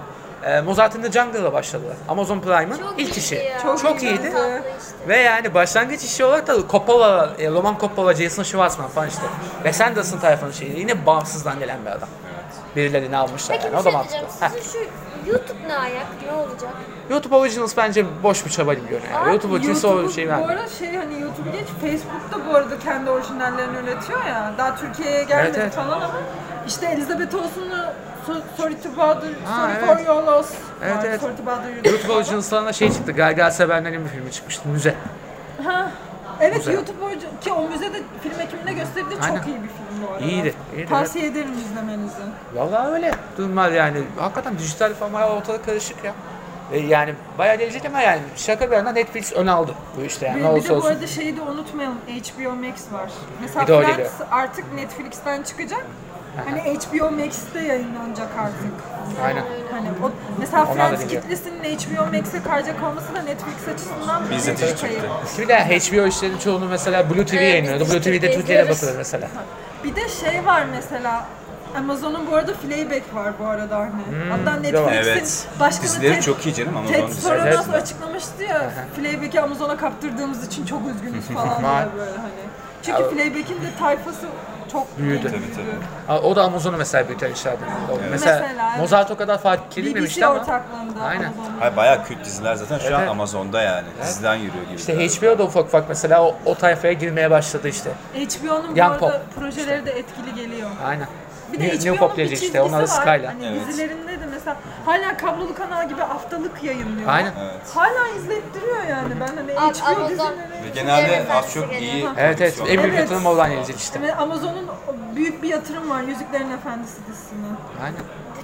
Speaker 1: Mozart in the Jungle'la başladılar. Amazon Prime'ın
Speaker 3: Çok
Speaker 1: ilk
Speaker 3: iyiydi
Speaker 1: işi.
Speaker 3: ya.
Speaker 1: Çok iyiydi.
Speaker 3: Tatlı işte.
Speaker 1: Ve yani başlangıç işi olarak da Coppola, Roman Coppola, Jason Schwartzman falan işte. Wes Anderson tayfanın şeyi. Yine bağımsızdan gelen bir adam. Birilerini almışlar
Speaker 3: Peki
Speaker 1: yani.
Speaker 3: bir
Speaker 1: O da
Speaker 3: şey
Speaker 1: mantıklı.
Speaker 3: diyeceğim. Sizin şu YouTube ne ayak? Ne olacak?
Speaker 1: YouTube Originals bence boş bir çaba gibi görünüyor. Yani. YouTube Originals o şey
Speaker 4: Bu
Speaker 1: vermiyor.
Speaker 4: arada hani YouTube geç, Facebook'ta bu arada kendi orijinallerini üretiyor ya. Daha Türkiye'ye gelmedi
Speaker 1: Evet.
Speaker 4: falan ama işte Elizabeth Olsen'la Sorry to Bother,
Speaker 1: Ha,
Speaker 4: Sorry
Speaker 1: evet.
Speaker 4: for Your Loss.
Speaker 1: Evet,
Speaker 4: var.
Speaker 1: evet.
Speaker 4: Sorry to Bother You.
Speaker 1: YouTube Originals'larına şey çıktı. Gaga Sevenler'in bir filmi çıkmıştı. Müze.
Speaker 4: Ha. Evet,
Speaker 1: Müze.
Speaker 4: YouTube ki o müzede film ekiminde gösterildi,
Speaker 1: Aynen.
Speaker 4: çok iyi bir film bu arada.
Speaker 1: İyiydi. İyiydi.
Speaker 4: Tavsiye ederim izlemenizi.
Speaker 1: Vallahi öyle durumlar yani. Hakikaten dijital falan bayağı ortalık karışık ya. Yani bayağı gelecek ama yani şaka bir yana Netflix ön aldı bu işte yani. Ne
Speaker 4: Bir
Speaker 1: olursa
Speaker 4: de bu
Speaker 1: olsun.
Speaker 4: arada şeyi de unutmayalım, HBO Max var. Mesela
Speaker 1: Bir de o
Speaker 4: Friends
Speaker 1: geliyor.
Speaker 4: artık Netflix'ten çıkacak. Hani HBO Max'te yayınlanacak artık.
Speaker 1: Aynen.
Speaker 4: Hani o mesela
Speaker 1: Onlar da
Speaker 4: Friends
Speaker 1: geliyor.
Speaker 4: kitlesinin HBO Max'e kayacak olması da Netflix açısından
Speaker 2: İzletici
Speaker 4: büyük bir
Speaker 2: çıktı.
Speaker 4: kayıp.
Speaker 1: Bir de HBO işlerinin çoğunu mesela Blue TV yayınlıyordu.
Speaker 3: biz
Speaker 1: Blue TV'de
Speaker 3: Türkiye'de
Speaker 1: Türkiye'de
Speaker 3: izliyoruz.
Speaker 1: bakılır mesela.
Speaker 4: Bir de şey var mesela, Amazon'un bu arada Fleabag var bu arada hani. Hatta
Speaker 1: bir de var.
Speaker 2: Evet.
Speaker 4: Netflix'in başkanı
Speaker 2: Dizileri çok iyi canım, Amazon
Speaker 4: Ted
Speaker 2: dizileri.
Speaker 4: Sarandos
Speaker 1: Evet.
Speaker 4: açıklamıştı ya, Fleabag'i Amazon'a kaptırdığımız için çok üzgünüz falan
Speaker 1: Var.
Speaker 4: diye böyle hani. Çünkü Fleabag'in de tayfası çok
Speaker 1: Büyüdü.
Speaker 2: Tabii, tabii.
Speaker 1: O da Amazon'u mesela büyüten işlerden. Mesela,
Speaker 4: Mesela, evet.
Speaker 1: Mozart o kadar fark edilmemişti
Speaker 4: BBC
Speaker 1: ama
Speaker 4: ortaklığında
Speaker 1: Aynen.
Speaker 4: Amazon'un.
Speaker 2: Hayır, bayağı kült diziler zaten şu an
Speaker 1: Evet.
Speaker 2: Amazon'da yani. Diziden yürüyor gibi.
Speaker 1: işte HBO da ufak ufak mesela o tayfaya girmeye başladı işte.
Speaker 4: HBO'nun bu
Speaker 1: Young
Speaker 4: arada
Speaker 1: Pop
Speaker 4: projeleri de etkili geliyor.
Speaker 1: Aynen.
Speaker 4: Bir de
Speaker 1: New
Speaker 4: HBO'nun
Speaker 1: Pop
Speaker 4: bir
Speaker 1: gelecek
Speaker 4: çizgisi
Speaker 1: işte. Onlar da
Speaker 4: var.
Speaker 1: Sky'la.
Speaker 4: Hani
Speaker 2: Evet.
Speaker 4: dizilerinde de mesela hala kablolu kanal gibi haftalık yayınlıyor.
Speaker 1: Aynen.
Speaker 2: Evet.
Speaker 4: Hala izlettiriyor yani. Ben hani HBO
Speaker 3: Amazon-
Speaker 4: dizileri...
Speaker 2: Ve genelde
Speaker 3: Evet,
Speaker 2: az çok
Speaker 3: geliyor.
Speaker 2: iyi
Speaker 1: Evet evet. En büyük
Speaker 4: Evet.
Speaker 1: yatırım oradan gelecek işte.
Speaker 4: Evet, Amazon'un büyük bir yatırım var Yüzüklerin Efendisi dizisine.
Speaker 1: Aynen.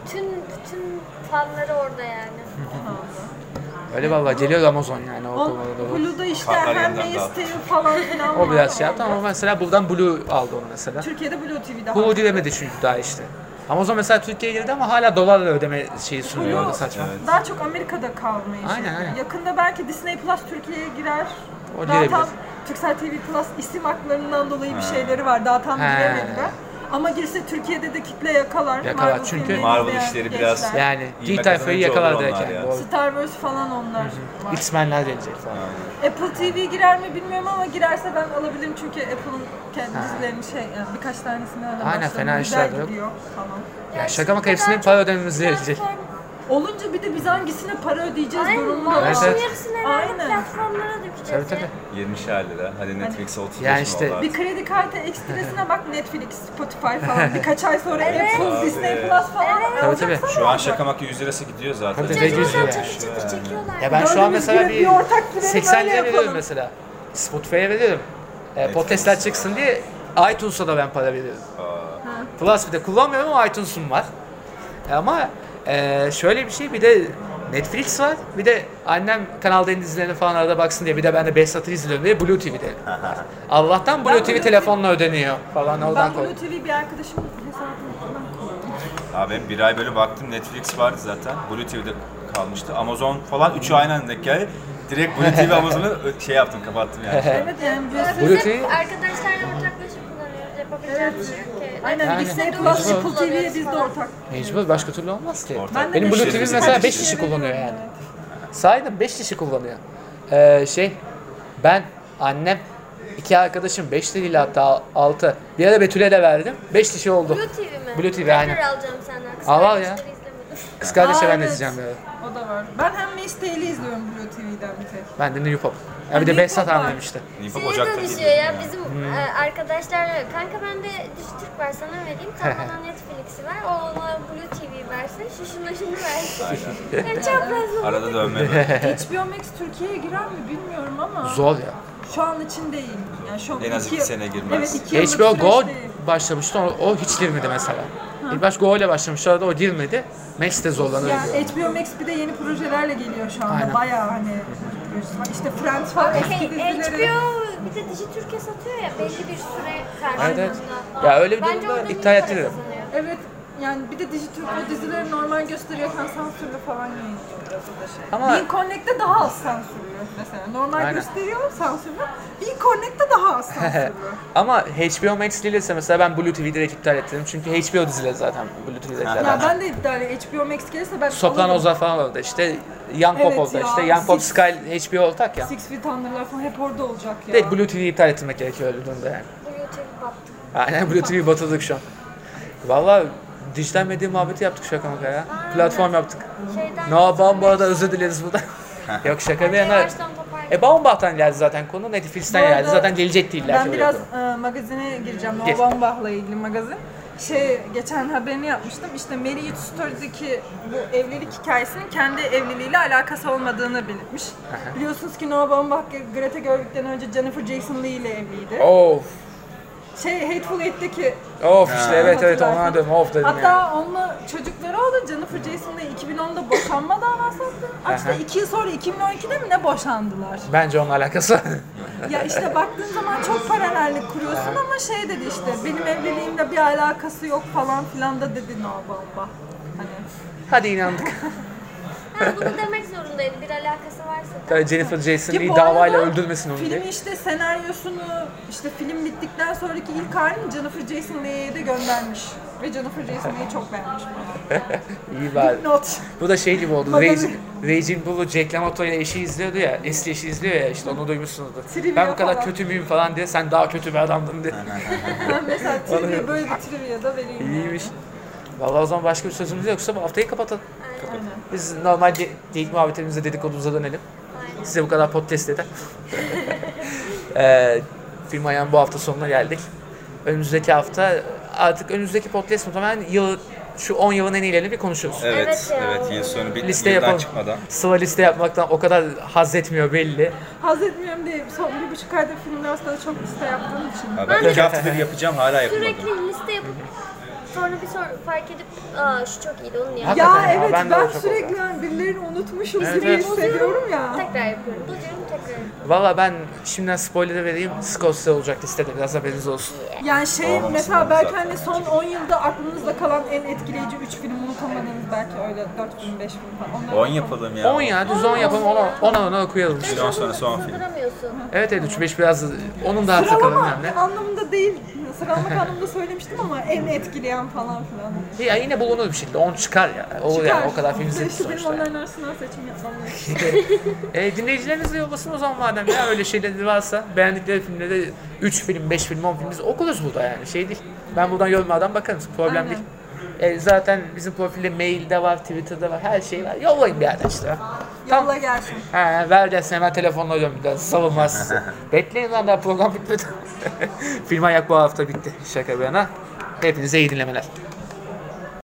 Speaker 3: Bütün fanları orada yani.
Speaker 1: Öyle vallahi geliyor Amazon yani o
Speaker 4: On,
Speaker 1: konuda doğru.
Speaker 4: Blue'da işte
Speaker 2: Kartlar yeniden
Speaker 4: Handmaid's
Speaker 2: dağıt.
Speaker 4: Tale falan filan
Speaker 1: O
Speaker 4: var.
Speaker 1: biraz şey yaptı ama mesela buradan Blue aldı onu mesela.
Speaker 4: Türkiye'de Blue TV'de
Speaker 1: Blue
Speaker 4: var.
Speaker 1: giremedi çünkü daha işte. Amazon mesela Türkiye'ye girdi ama hala dolarla ödeme şeyi sunuyor
Speaker 4: Blue
Speaker 1: orada saçma.
Speaker 4: daha çok Amerika'da kalmayı.
Speaker 1: Aynen, aynen.
Speaker 4: Yakında belki Disney Plus Türkiye'ye girer.
Speaker 1: O
Speaker 4: Daha
Speaker 1: girebilir.
Speaker 4: tam Turkcell TV Plus isim haklarından dolayı bir şeyleri var. Daha tam
Speaker 1: He.
Speaker 4: giremediler. Ama girse Türkiye'de de kitle yakalar.
Speaker 1: Yakalar,
Speaker 4: Marvel
Speaker 1: çünkü
Speaker 4: filmlerini
Speaker 2: Marvel
Speaker 4: izleyen
Speaker 2: işleri biraz-
Speaker 4: gençler.
Speaker 1: Yani
Speaker 2: İyi
Speaker 1: G tayfayı
Speaker 2: kazanıcı
Speaker 1: yakalar
Speaker 2: olur
Speaker 1: direkt
Speaker 2: onlar
Speaker 1: yani.
Speaker 2: ya.
Speaker 1: Doğru.
Speaker 4: Star Wars falan onlar var.
Speaker 1: X-Men'ler gelecek falan.
Speaker 4: Apple TV girer mi bilmiyorum ama girerse ben alabilirim çünkü Apple'ın kendi dizilerini yani birkaç tanesini öyle
Speaker 1: Aynen,
Speaker 4: başladı.
Speaker 1: fena
Speaker 4: Güzel
Speaker 1: işler de yok.
Speaker 4: gidiyor falan.
Speaker 1: Ya şaka maka hepsinin para ödememiz gelecek.
Speaker 4: Olunca bir de biz hangisine para ödeyeceğiz
Speaker 3: Aynen,
Speaker 4: durumu da var.
Speaker 3: maaşın
Speaker 1: Evet.
Speaker 3: yarısını herhalde
Speaker 4: Aynen.
Speaker 3: platformlara dökeceğiz.
Speaker 1: Tabii
Speaker 3: ya.
Speaker 1: tabii.
Speaker 2: 20'şer lira. Hadi Netflix'e 35
Speaker 1: Yani
Speaker 2: mi
Speaker 1: işte-
Speaker 2: oldu
Speaker 4: Bir
Speaker 2: artık?
Speaker 4: kredi kartı ekstresine bak, Netflix, Spotify falan. Birkaç ay sonra Apple, Disney Plus falan
Speaker 1: Tabii,
Speaker 4: alacaksan
Speaker 1: tabii.
Speaker 2: Şu an şaka maka 100 lirası gidiyor zaten.
Speaker 1: Tabii,
Speaker 3: Telefondan
Speaker 1: Güzel yani.
Speaker 3: çatır çatır çekiyorlar.
Speaker 1: Ya ben şu an
Speaker 4: Dördümüz
Speaker 1: mesela
Speaker 4: bir ortak girelim,
Speaker 1: 80
Speaker 4: öyle
Speaker 1: lira veriyorum
Speaker 4: yapalım.
Speaker 1: mesela. Spotify'a veriyorum. Podcast'ler çıksın diye iTunes'a da ben para veriyorum. Plus bir de kullanmıyorum ama iTunes'um var. Ama şöyle bir şey, bir de Netflix var, bir de annem Kanal D dizilerini falan arada baksın diye, bir de ben de Behzat'ı izliyorum diye Blue TV'de var. Allah'tan Blue
Speaker 4: Ben
Speaker 1: TV
Speaker 4: Blue
Speaker 1: telefonla ödeniyor falan, oradan
Speaker 4: Ben
Speaker 1: koy.
Speaker 4: Blue TV bir arkadaşımın hesabından kullanıyorum.
Speaker 2: Abi ben bir ay böyle baktım, Netflix vardı zaten. Blue TV'de kalmıştı. Amazon falan üçü aynı anda denk geldi. Direkt Blue TV Amazon'u şey yaptım, kapattım yani.
Speaker 4: Evet yani
Speaker 1: Blue
Speaker 3: Biz
Speaker 1: TV
Speaker 3: hep arkadaşlarla ortaklaşa kullanıyoruz. Yapabileceğim bir şey yok ki.
Speaker 4: aynen
Speaker 1: Aynen.
Speaker 4: Disney Plus,
Speaker 1: Mecbur.
Speaker 4: Apple TV'ye biz de ortak.
Speaker 1: mecbur, başka türlü olmaz ki.
Speaker 2: Ortak.
Speaker 4: Ben de
Speaker 1: Benim Blue
Speaker 4: beş
Speaker 1: TV
Speaker 2: kişi-
Speaker 1: mesela
Speaker 2: kaç
Speaker 1: 5
Speaker 2: kişi
Speaker 1: kişi kullanıyor
Speaker 4: veriyorum,
Speaker 1: yani.
Speaker 4: evet.
Speaker 1: Sahiden 5 kişi kullanıyor. Ben, annem, 2 arkadaşım, 5 değil hatta 6. Bir ara Betül'e de verdim. 5 kişi oldu.
Speaker 3: Blue TV mi?
Speaker 1: Blue TV,
Speaker 3: Tekrar
Speaker 1: aynen.
Speaker 3: alacağım senden. Kız
Speaker 1: Al, al
Speaker 3: kardeşleri
Speaker 1: ya.
Speaker 3: izlemedim.
Speaker 1: Kız kardeşe ben de
Speaker 4: evet.
Speaker 1: izleyeceğim bir ara.
Speaker 4: O da var. Ben Handmaid's Tale'i izliyorum Blue TV'den bir tek.
Speaker 1: Ben de New Pop. Ya bir de
Speaker 4: New
Speaker 1: Behzat
Speaker 4: Pop var.
Speaker 1: abi demişti.
Speaker 2: Nipop
Speaker 3: Şeye
Speaker 2: Ocak'ta
Speaker 3: dönüşüyor
Speaker 2: geliyor.
Speaker 3: ya bizim arkadaşlarla. Kanka bende Dijitürk var, sana vereyim. Kanka Netflix'i ver. O ona Blue TV versin. Şunu versin. Yani çok fazla.
Speaker 2: Arada dönme.
Speaker 4: HBO Max Türkiye'ye girer mi bilmiyorum ama
Speaker 1: Zor ya.
Speaker 4: şu an için değil. Yani şu an
Speaker 2: En az 2 sene girmez.
Speaker 4: Evet, 2 yıllık
Speaker 1: HBO Go
Speaker 4: süreç değil.
Speaker 1: başlamıştı, o hiç girmedi mesela. İlk baş Go ile başlamışlardı, o girmedi. Max de zorlanıyor.
Speaker 4: Yani HBO Max bir de yeni projelerle geliyor şu anda.
Speaker 1: Aynen.
Speaker 4: Bayağı hani işte Friends falan eski dizileri.
Speaker 3: HBO bir de Dijitürk'e satıyor ya belli bir süre karşılığında.
Speaker 1: Evet, evet. Ya öyle bir
Speaker 3: Bence
Speaker 1: durumda
Speaker 3: oradan iyi
Speaker 1: iptal
Speaker 3: para
Speaker 1: ettiririm.
Speaker 3: kazanıyor.
Speaker 4: Evet yani bir de Dijitürk o dizileri normal gösteriyorken sansürlü falan yayınlıyor biraz o da şey.
Speaker 1: Ama-
Speaker 4: Bean Connect'te daha az sansürlü mesela. Normal
Speaker 1: Aynen.
Speaker 4: gösteriyor sansürlü. Bean Connect'te daha az sansürlü.
Speaker 1: Ama HBO Max değilse mesela ben Blue TV'yi direkt iptal ettim. Çünkü HBO dizileri zaten Blue TV'dekiler.
Speaker 4: Ya ben de iptal HBO Max gelirse ben
Speaker 1: Sopranos'lar falan oldu işte. Young Pop
Speaker 4: Evet
Speaker 1: oldu
Speaker 4: ya,
Speaker 1: işte. Young Pop
Speaker 4: Six-
Speaker 1: Sky HBO ortak ya.
Speaker 4: Six Feet Under'lar falan hep orada olacak ya.
Speaker 1: Direkt Blue TV'yi iptal ettirmek gerekiyor öyle durumda yani.
Speaker 3: Bu YouTube battı.
Speaker 1: Aynen Blue TV'yi batırdık şu an. Valla dijital medya muhabbeti yaptık şaka maka ya. Platform yaptık.
Speaker 3: Şeyden
Speaker 1: No Bamba'da özür dileriz burada. Yok şaka bir yana.
Speaker 3: Yavaştan toparlayalım.
Speaker 1: Bamba'dan geldi zaten konu. Netflix'ten
Speaker 4: Bu arada
Speaker 1: geldi. Zaten gelecek değiller.
Speaker 4: Ben biraz magazine gireceğim.
Speaker 1: Gir.
Speaker 4: Noah Baumbach'la ilgili magazin. Geçen haberini yapmıştım. İşte Marriage Story'deki bu evlilik hikayesinin kendi evliliğiyle alakası olmadığını belirtmiş. Biliyorsunuz ki Noah Baumbach Greta Gerwig'den önce Jennifer Jason Leigh ile evliydi.
Speaker 1: Of.
Speaker 4: Hateful Eight'teki
Speaker 1: Of işte evet
Speaker 4: hatırlarsın.
Speaker 1: ona dön of dedim
Speaker 4: Hatta
Speaker 1: yani.
Speaker 4: onunla çocukları oldu. Jennifer Jason Leigh 2010'da boşanma davası açtı. Açtı. 2 yıl sonra 2012'de mi ne boşandılar?
Speaker 1: Bence onun alakası var.
Speaker 4: Ya işte baktığın zaman çok paralellik kuruyorsun ama şey dedi işte benim evliliğimle bir alakası yok falan filan da dedi Noah Baumbach. Hani
Speaker 1: Hadi inandık.
Speaker 3: Ha, bunu demek zorundaydı. Bir alakası varsa da.
Speaker 1: Tabii Jennifer Jason
Speaker 4: Ki
Speaker 1: Leigh
Speaker 4: bu
Speaker 1: davayla
Speaker 4: arada
Speaker 1: öldürmesin onu diye.
Speaker 4: filmin işte senaryosunu işte film bittikten sonraki ilk halini Jennifer Jason Leigh'e de göndermiş. Ve Jennifer Jason Leigh'i çok beğenmiş.
Speaker 1: İyi bari.
Speaker 4: Not.
Speaker 1: Bu da şey gibi oldu.
Speaker 4: Magazin.
Speaker 1: Raging Bull'u Jack LaMotta ile eşi izliyordu ya. Eski eşi izliyor ya işte onu duymuşsunuzdur.
Speaker 4: Trivia
Speaker 1: Ben bu kadar
Speaker 4: falan.
Speaker 1: kötü müyüm falan diye sen daha kötü bir adamdın diye.
Speaker 4: Ben mesela trivia, böyle bir trivia da vereyim. yani.
Speaker 1: İyiymiş. Vallahi o zaman başka bir sözümüz yoksa bu haftayı kapatalım.
Speaker 4: Aynen.
Speaker 1: Biz normal geyik muhabbetimize dedikodumuza dönelim.
Speaker 3: Aynen.
Speaker 1: Size bu kadar podcast yeter. Film Ayağın bu hafta sonuna geldik. Önümüzdeki hafta artık önümüzdeki podcast muhtemelen şu 10 yılın en iyilerini bir konuşuruz.
Speaker 2: Evet,
Speaker 3: Evet ya.
Speaker 2: evet, yıl sonu bir
Speaker 1: Liste
Speaker 2: yıldan
Speaker 1: yapalım.
Speaker 2: çıkmadan.
Speaker 1: Sıva liste yapmaktan o kadar haz etmiyor belli.
Speaker 4: Haz etmiyorum diye son 1,5 aydır filmler arasında çok liste yaptığım için.
Speaker 2: Ha, ben 2 haftadır yapacağım, hala yapamadım.
Speaker 3: Sürekli liste yapıp sonra fark edip şu çok iyiydi onu niye?
Speaker 1: Hakikaten
Speaker 4: Ya
Speaker 1: ya,
Speaker 4: evet
Speaker 1: ben
Speaker 4: ben,
Speaker 1: de o çok
Speaker 4: sürekli yani birilerini unutmuşum
Speaker 1: Evet,
Speaker 4: gibi
Speaker 1: evet.
Speaker 4: hissediyorum ya.
Speaker 3: Tekrar yapıyorum. Bozuyorum tekrar yapıyorum.
Speaker 1: Valla ben şimdiden spoiler vereyim. Scorsese olacak listede biraz haberiniz olsun.
Speaker 4: Yani şey
Speaker 2: Olmaması
Speaker 4: mesela
Speaker 2: lazım
Speaker 4: belki
Speaker 2: zaten.
Speaker 4: hani son 10 yılda aklınızda kalan en etkileyici 3 film unutamadığınız belki öyle 4 film 5 film falan. Onları
Speaker 2: 10 yapalım ya.
Speaker 1: 10 ya düz 10 yapalım ona okuyalım.
Speaker 2: Ondan sonra son film.
Speaker 3: Sığdıramıyorsun.
Speaker 1: Evet 3-5 biraz onun da hatırı kalın
Speaker 4: Sıralama
Speaker 1: yani.
Speaker 4: anlamında değil. Sıralamak anlamında söylemiştim ama en etkileyen falan filan.
Speaker 1: Ya yine bulunur bir şekilde 10 çıkar ya. Olur yani o kadar film izledik
Speaker 4: İşte benim
Speaker 1: sonuçta.
Speaker 4: onların arasından seçim yapmam lazım.
Speaker 1: Dinleyicileriniz de yollasın o zaman madem ya öyle şeyleri varsa beğendikleri filmleri 3 film, 5 film, 10 film biz okuruz burada yani şey değil. Ben buradan yorumlardan bakarım problem
Speaker 4: Aynen.
Speaker 1: değil. Zaten bizim profilde mailde var, Twitter'da var, her şey var. Yollayın bir yerden işte.
Speaker 4: Yolla gelsin.
Speaker 1: Ver dersin hemen telefonla arıyorum bir daha. Savunmaz sizi. Bekleyin lan daha program bitmedi. Film Ayak bu hafta bitti. Şaka bir yana. Hepinize iyi dinlemeler.